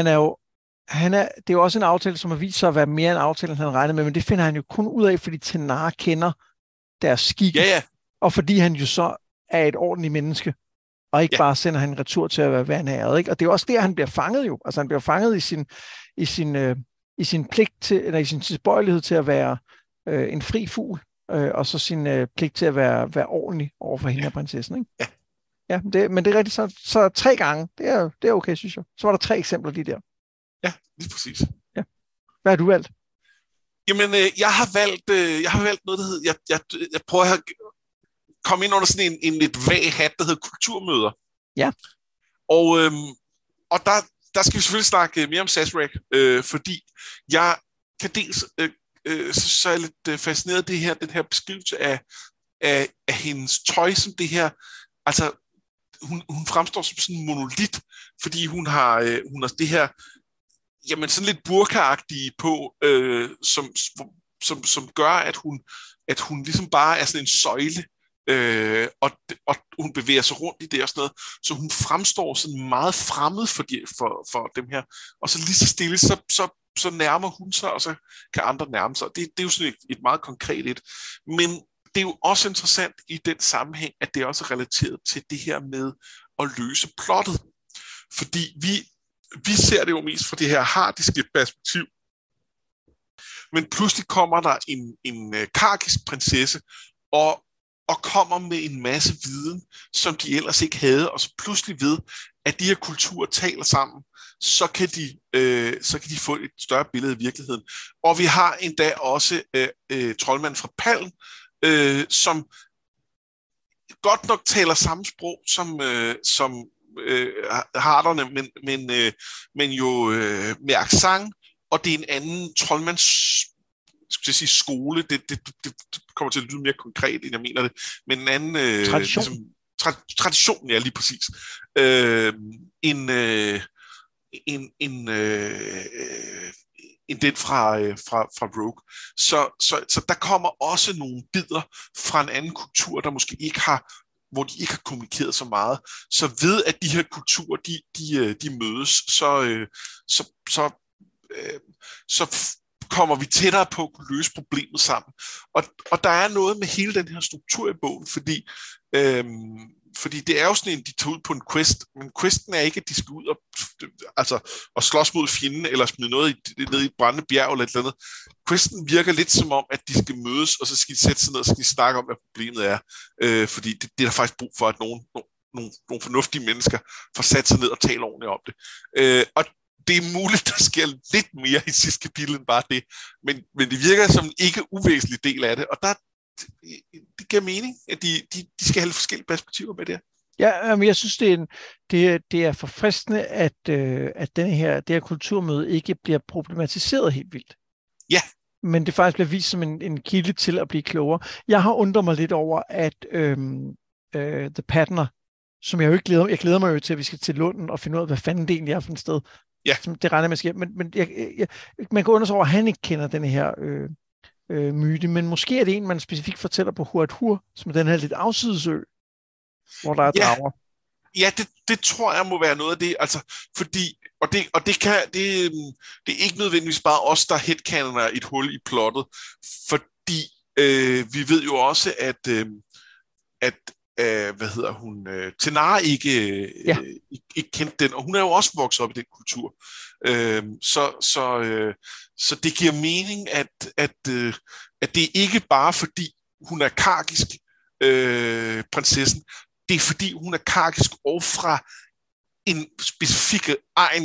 er jo også en aftale, som har vist sig at være mere en aftale, end han regnede med, men det finder han jo kun ud af, fordi Tenar kender deres skikke, Ja. Og fordi han jo så er et ordentligt menneske, og ikke bare sender han en retur til at være en æret, ikke? Og det er jo også der, han bliver fanget jo. Altså han bliver fanget i sin pligt til, eller i sin tilbøjelighed til at være en fri fugl, og så sin pligt til at være ordentlig over for hende af prinsessen, ikke? Ja. Ja, men det er rigtigt. Så 3 gange, det er okay, synes jeg. Så var der 3 eksempler lige der. Ja, lige præcis. Ja. Hvad har du valgt? Jamen, jeg har valgt noget, der hedder, jeg prøver at komme ind under sådan en lidt vag hat, der hedder kulturmøder. Ja. Og der skal vi selvfølgelig snakke mere om Sazerac, fordi jeg kan dels så er jeg lidt fascineret af den her beskrivelse af hendes tøj som det her. Altså, hun fremstår som sådan en monolit, fordi hun har det her, jamen sådan lidt burkaagtige på, som gør, at hun ligesom bare er sådan en søjle, og hun bevæger sig rundt i det og sådan noget, så hun fremstår sådan meget fremmed for dem her, og så lige så stille, så nærmer hun sig, og så kan andre nærme sig. Det er jo sådan et meget konkret et. Men det er jo også interessant i den sammenhæng, at det er også relateret til det her med at løse plottet. Fordi vi ser det jo mest fra det her hardiske perspektiv. Men pludselig kommer der en kargisk prinsesse, og kommer med en masse viden, som de ellers ikke havde, og så pludselig ved, at de her kulturer taler sammen, så kan de få et større billede af virkeligheden. Og vi har endda også troldmanden fra Palm, som godt nok taler samme sprog som harderne, men jo med accent, og det er en anden troldmands skole, det kommer til at lyde mere konkret, end jeg mener det, men en anden tradition. Traditionen, ja, lige præcis. End den fra Rogue. Så der kommer også nogle bidder fra en anden kultur, der måske ikke har, hvor de ikke har kommunikeret så meget. Så ved at de her kulturer, de mødes, så kommer vi tættere på at kunne løse problemet sammen. Og der er noget med hele den her struktur i bogen, fordi det er jo sådan en, de tager ud på en quest, men questen er ikke, at de skal ud og slås mod fjenden, eller smide noget ned i et brændende bjerg, eller et eller andet. Questen virker lidt som om, at de skal mødes, og så skal de sætte sig ned, og så skal de snakke om, hvad problemet er. Fordi det er der faktisk brug for, at nogle fornuftige mennesker får sat sig ned og tale ordentligt om det. Og det er muligt, der sker lidt mere i sidste kapitel end bare det, men det virker som en ikke uvæsentlig del af det, og det giver mening, at de skal have forskellige perspektiver med det. Ja, men jeg synes, det er forfriskende, at det her kulturmøde ikke bliver problematiseret helt vildt. Ja. Men det faktisk bliver vist som en kilde til at blive klogere. Jeg har undret mig lidt over, at The Pattener, som jeg jo ikke glæder mig, jeg glæder mig jo til, at vi skal til Lunden og finde ud af, hvad fanden det egentlig er for et sted. Ja. Det regner med, men man kan undre sig over, at han ikke kender den her myte, men måske er det en, man specifikt fortæller på Huat-Hur, som er den her lidt afsidesø, hvor der er drager. Ja, det tror jeg må være noget af det, altså, fordi, og det er ikke nødvendigvis bare os, der headcanoner et hul i plottet, fordi vi ved jo også, at Tenara ikke, Ja. ikke kendte den, og hun er jo også vokset op i den kultur. Så det giver mening, at det ikke bare fordi hun er kargisk, prinsessen, det er fordi hun er kargisk og fra en specifik egen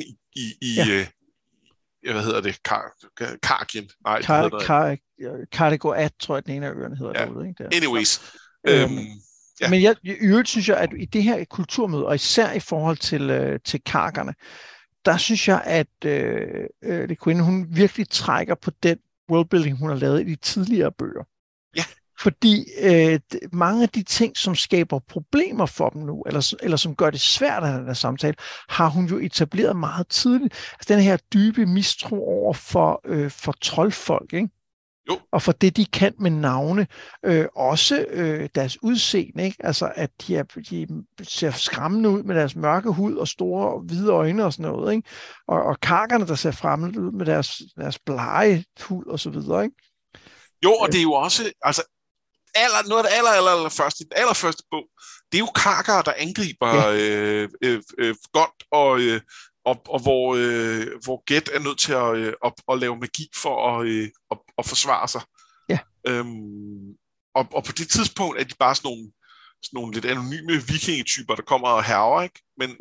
hvad hedder det? Kargien. Nej, det hedder Kardegoat, tror jeg, den ene af øerne hedder derude. Ikke? Anyways. Ja. Men i øvrigt synes jeg, at i det her kulturmøde, og især i forhold til karkerne, der synes jeg, at Le Guin, hun virkelig trækker på den worldbuilding, hun har lavet i de tidligere bøger. Ja. Fordi mange af de ting, som skaber problemer for dem nu, eller som gør det svært at have den her samtale, har hun jo etableret meget tidligt. Altså den her dybe mistro over for troldfolk, ikke? Jo. Og for det, de kan med navne. Også deres udseende, ikke? Altså at de ser skræmmende ud med deres mørke hud og store hvide øjne og sådan noget, ikke? Og karkerne, der ser fremmede ud med deres blege hud og så videre, ikke? Jo, og det er jo også, altså noget af det allerførste, den allerførste bog, det er jo karkere, der angriber godt, og hvor Gæt er nødt til at lave magi for at forsvare sig. Ja. Og på det tidspunkt er de bare sådan nogle lidt anonyme vikingetyper, der kommer og hærger, ikke?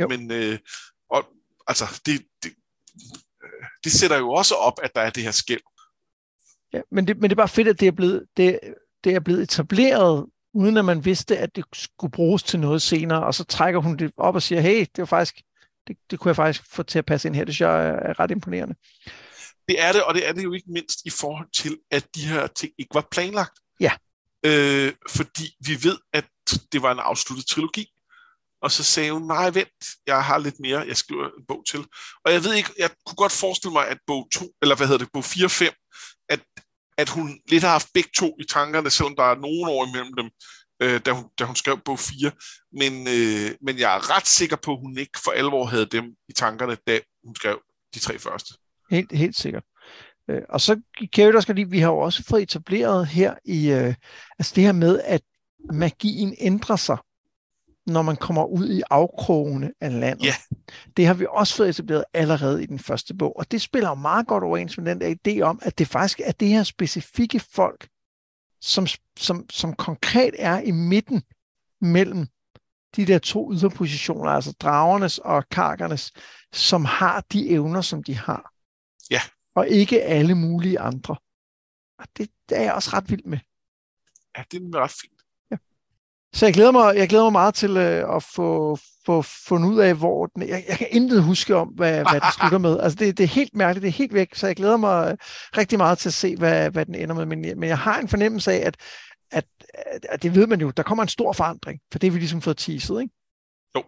Altså det sætter jo også op, at der er det her skel. Ja, men det er bare fedt, at det er blevet etableret, uden at man vidste, at det skulle bruges til noget senere, og så trækker hun det op og siger, hey, det kunne jeg faktisk få til at passe ind her. Det synes jeg er ret imponerende. Det er det, og det er det jo ikke mindst i forhold til, at de her ting ikke var planlagt. Ja. Fordi vi ved, at det var en afsluttet trilogi, og så sagde hun, nej, vent, jeg har lidt mere, jeg skriver en bog til. Og jeg ved ikke, jeg kunne godt forestille mig, at bog 4 og 5, at hun lidt har haft begge to i tankerne, selvom der er nogle år imellem dem, da hun skrev bog 4. Men jeg er ret sikker på, at hun ikke for alvor havde dem i tankerne, da hun skrev de 3 første. Helt sikkert. Og så kan jeg også godt lide, vi har jo også fået etableret her i, altså det her med, at magien ændrer sig, når man kommer ud i afkrogene af landet. Ja. Det har vi også fået etableret allerede i den første bog, og det spiller jo meget godt overens med den der idé om, at det faktisk er det her specifikke folk, som konkret er i midten mellem de der to yderpositioner, altså dragernes og karkernes, som har de evner, som de har. Ja. Og ikke alle mulige andre. Og det er jeg også ret vild med. Ja, det er ret fint. Ja. Så jeg glæder mig meget til at få fundet ud af, hvor den... Jeg kan intet huske om, hvad den slutter med. Altså det er helt mærkeligt, det er helt væk, så jeg glæder mig rigtig meget til at se, hvad den ender med. Men jeg har en fornemmelse af, at det ved man jo, der kommer en stor forandring, for det har vi ligesom fået teaset, ikke? Jo.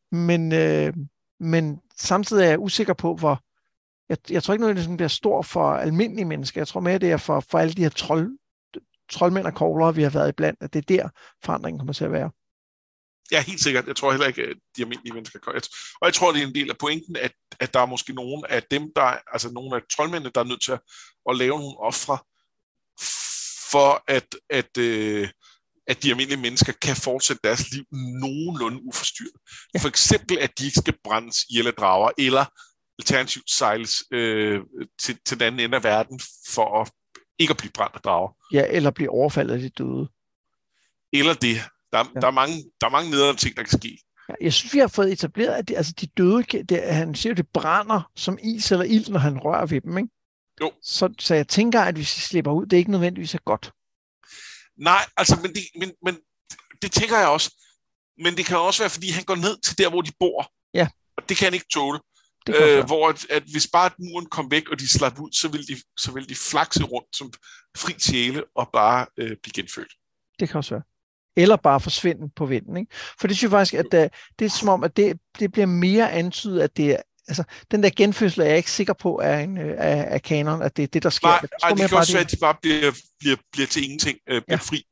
Men samtidig er jeg usikker på, hvor... Jeg tror ikke noget, det bliver stor for almindelige mennesker. Jeg tror mere, det er for alle de her troldmænd og koglere, vi har været iblandt, at det er der forandringen kommer til at være. Ja, helt sikkert. Jeg tror heller ikke, at de almindelige mennesker kan. Og jeg tror, det er en del af pointen, at der er måske nogle af dem, nogle af troldmændene, der er nødt til at lave nogle ofre, for at de almindelige mennesker kan fortsætte deres liv nogenlunde uforstyrret. Ja. For eksempel, at de ikke skal brændes ihjel af drager, eller alternativt sejles til den anden ende af verden, for ikke at blive brændt af drager. Ja, eller blive overfaldet af de døde. Eller det. Der er mange nedre ting, der kan ske. Ja, jeg synes, vi har fået etableret, at de døde, han siger, det brænder som is eller ild, når han rører ved dem, ikke? Jo. Så jeg tænker, at hvis vi slipper ud, det er ikke nødvendigvis er godt. Nej, altså, men det tænker jeg også. Men det kan også være, fordi han går ned til der, hvor de bor. Ja. Og det kan han ikke tåle. Hvor at hvis bare muren kom væk, og de slap ud, så ville de flakse rundt som fri sjæle og bare blive genfødt. Det kan også være. Eller bare forsvinde på vinden, ikke? For det synes jeg faktisk, at det er som om, at det bliver mere antydet, at det er, altså, den der genfødsel er jeg ikke sikker på af kanon, at det er det, der sker. Nej, det kan også være, at de bare bliver til ingenting, bliver fri,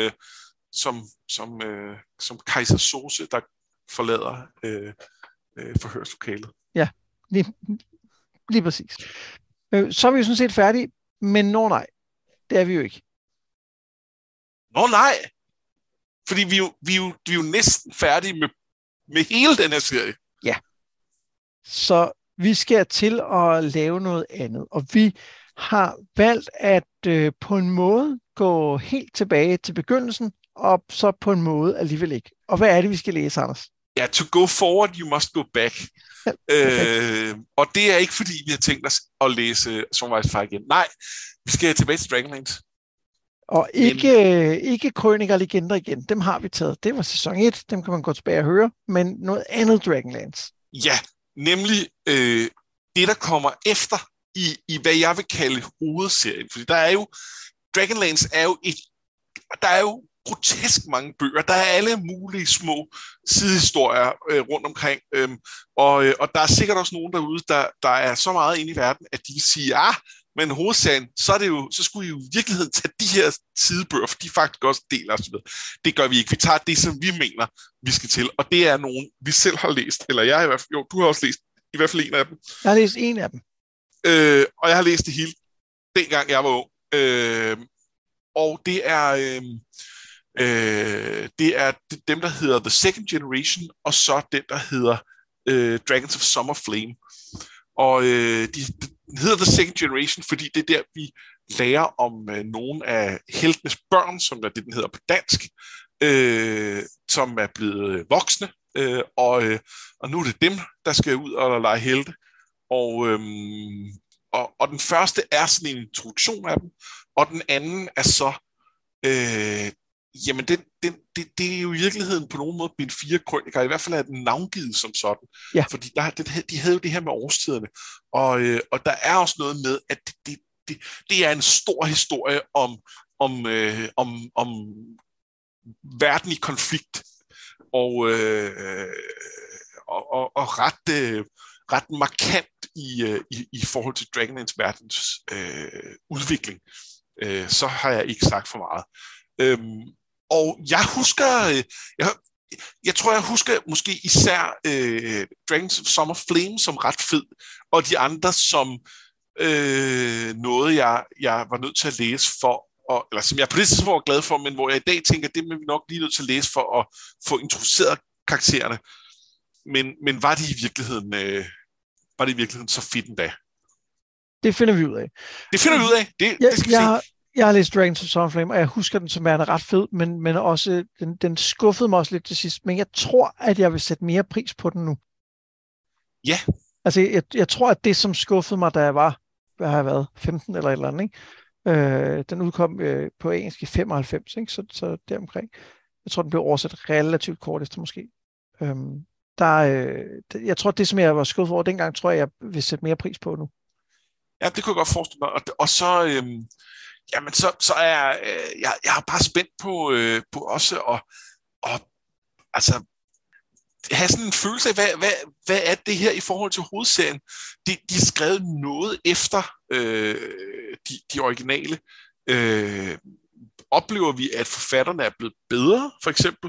som kejser Sose, der forlader forhørslokalet. Ja, lige præcis. Så er vi jo sådan set færdige, men nej, det er vi jo ikke. Nej! Fordi vi er jo næsten færdige med hele den her serie. Ja. Så vi skal til at lave noget andet, og vi har valgt at på en måde gå helt tilbage til begyndelsen, og så på en måde alligevel ikke. Og hvad er det, vi skal læse, Anders? Ja, to go forward, you must go back. Og det er ikke, fordi vi har tænkt os at læse Stormvejs Far igen. Nej, vi skal tilbage til Dragonlance. Og ikke Krøniker og Legender igen. Dem har vi taget. Det var sæson 1. Dem kan man gå tilbage og høre. Men noget andet Dragonlance. Ja, nemlig det, der kommer efter i hvad jeg vil kalde hovedserien. Fordi der er jo... Dragonlance er jo der er jo grotesk mange bøger. Der er alle mulige små sidehistorier rundt omkring. Og der er sikkert også nogen derude, der er så meget inde i verden, at de vil sige, men hovedsagen, så skulle I jo i virkeligheden tage de her sidebøger, for de faktisk også deler os ved. Det gør vi ikke. Vi tager det, som vi mener, vi skal til. Og det er nogen, vi selv har læst. Eller jeg i hvert fald, du har også læst i hvert fald en af dem. Jeg har læst en af dem. Og jeg har læst det hele, dengang jeg var ung. Og det er dem, der hedder The Second Generation, og så den, der hedder Dragons of Summer Flame. Og de hedder The Second Generation, fordi det er der, vi lærer om nogle af heltenes børn, som er det, den hedder på dansk, som er blevet voksne, og nu er det dem, der skal ud og lege helte. Og den første er sådan en introduktion af dem, og den anden er så, jamen det er jo i virkeligheden på nogen måde bind 4 krøniker, i hvert fald er den navngivet som sådan, ja. Fordi de havde jo det her med årstiderne, og der er også noget med, at det er en stor historie om verden i konflikt, og ret markant i forhold til Dragonlance verdens udvikling. Så har jeg ikke sagt for meget. Og jeg husker, jeg tror jeg husker måske især Dragons of Summer Flame som ret fed, og de andre som noget jeg var nødt til at læse for, eller som jeg på det tidspunkt var glad for, men hvor jeg i dag tænker, det er vi nok lige nødt til at læse for at få introduceret karaktererne. Men var det i virkeligheden så fedt endda? Det finder vi ud af. Det finder vi ud af. Det skal vi se. Jeg har læst Dragons of Summer Flame, og jeg husker den som værende ret fed, men også, den skuffede mig også lidt til sidst. Men jeg tror, at jeg vil sætte mere pris på den nu. Ja. Altså, jeg tror, at det, som skuffede mig, da jeg var, hvad har jeg været, 15 eller et eller andet, ikke? Den udkom på engelsk i 95, ikke? Så deromkring. Jeg tror, den blev oversat relativt kort efter måske. Jeg tror, det, som jeg var skuffet over dengang, tror jeg vil sætte mere pris på nu. Ja, det kunne jeg godt forestille mig. Og så, jamen, så er jeg er bare spændt på også at altså have sådan en følelse af, hvad er det her i forhold til hovedserien? De er skrevet noget efter de originale. Oplever vi, at forfatterne er blevet bedre, for eksempel?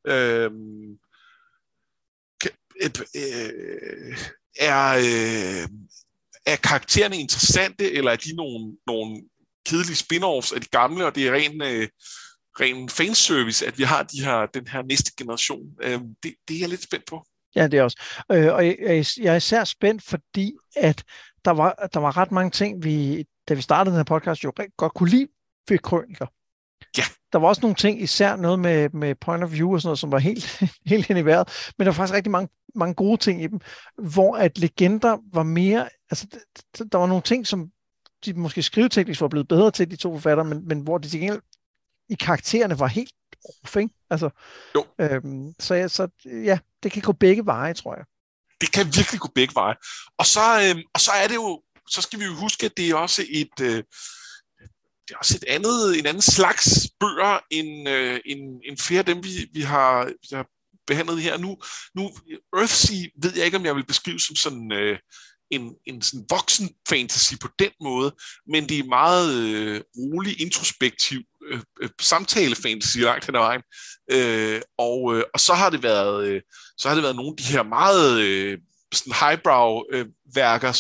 Er karaktererne interessante, eller er de nogle kedelige spin-offs af de gamle, og det er ren fanservice, at vi har den her næste generation? Det er jeg lidt spændt på. Ja, det er også. Og jeg er især spændt, fordi at der var ret mange ting, da vi startede den her podcast, jo godt kunne lide ved krøniker. Ja. Der var også nogle ting, især noget med point of view og sådan noget, som var helt hen i vejret, men der var faktisk rigtig mange gode ting i dem, hvor at legender var mere, altså der var nogle ting, som de måske skriveteknisk var blevet bedre til, de to forfattere, men hvor de til gengæld i karaktererne var helt off, ikke? Altså, jo. Så det kan gå begge veje, tror jeg. Det kan virkelig gå begge veje. Og så er det jo, så skal vi jo huske, at det er også en anden slags bøger end flere af dem, vi har behandlet her. Nu Earthsea ved jeg ikke, om jeg vil beskrive som sådan en sådan voksen fantasy på den måde, men det er meget rolig, introspektiv samtale-fantasy langt hen ad vejen. Og så har det været nogle af de her meget sådan highbrow værker,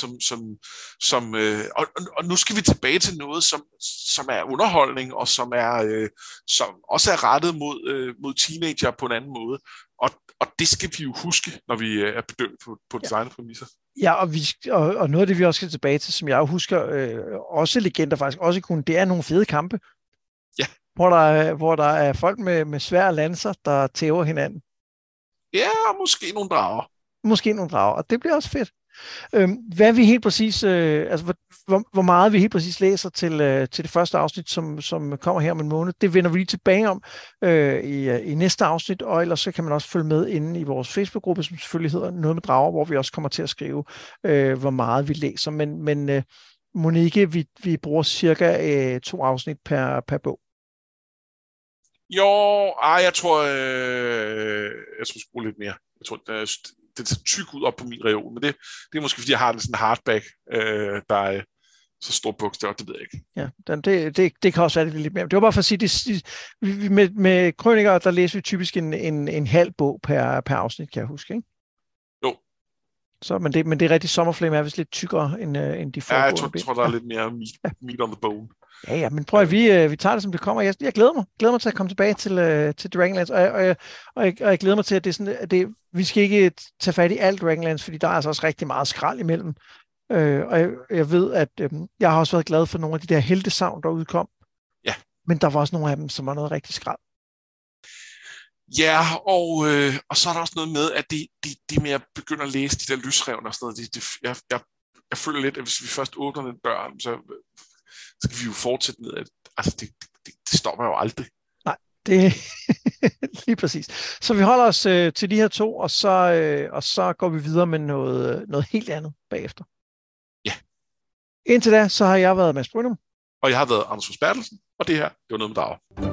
og nu skal vi tilbage til noget, som er underholdning, og som også er rettet mod teenager på en anden måde. Og det skal vi jo huske, når vi er bedømt på designpræmisser. Ja, og noget af det, vi også skal tilbage til, som jeg jo husker, også legender faktisk, også kun, det er nogle fede kampe. Ja. Hvor der er folk med svære lancer, der tæver hinanden. Ja, og måske nogle drager. Og det bliver også fedt. Hvad vi helt præcis, altså hvor meget vi helt præcis læser til det første afsnit, som kommer her om en måned, det vender vi lige tilbage om i næste afsnit, og ellers så kan man også følge med inde i vores Facebook-gruppe, som selvfølgelig hedder Noget med Drager, hvor vi også kommer til at skrive, hvor meget vi læser. Men Monique, vi bruger cirka 2 afsnit per bog. Jo, jeg tror, jeg skulle bruge lidt mere. Jeg tror, det ser tyk ud op på min reol, men det er måske, fordi jeg har sådan en hardback, der er så stor bogstav, det ved jeg ikke. Ja, det kan også være lidt mere. Det var bare for at sige, med krøniker, der læser vi typisk en halv bog per afsnit, kan jeg huske, ikke? Jo. Så, men det er rigtig, Sommerflame er vist lidt tykkere end de foregående. Ja, jeg tror, der er lidt mere meat on the bone. Ja, men prøv at vi tager det, som det kommer. Jeg glæder mig til at komme tilbage til Dragonlance, og jeg glæder mig til, at det er sådan, at vi skal ikke tage fat i alt Dragonlance, fordi der er altså også rigtig meget skrald imellem. Og jeg ved, at jeg har også været glad for nogle af de der heltesavn, der udkom. Ja. Men der var også nogle af dem, som var noget rigtig skrald. Ja, og så er der også noget med, at det med at begynde at læse de der lysrevne og sådan noget, jeg føler lidt, at hvis vi først åbner den dør, så skal vi jo fortsætte med, at altså, det stopper jo aldrig. Nej, det lige præcis. Så vi holder os til de her 2, og så går vi videre med noget helt andet bagefter. Ja. Indtil da, så har jeg været Mads Brynum. Og jeg har været Anders Fors Bertelsen, og det her, det var Noget med Drager.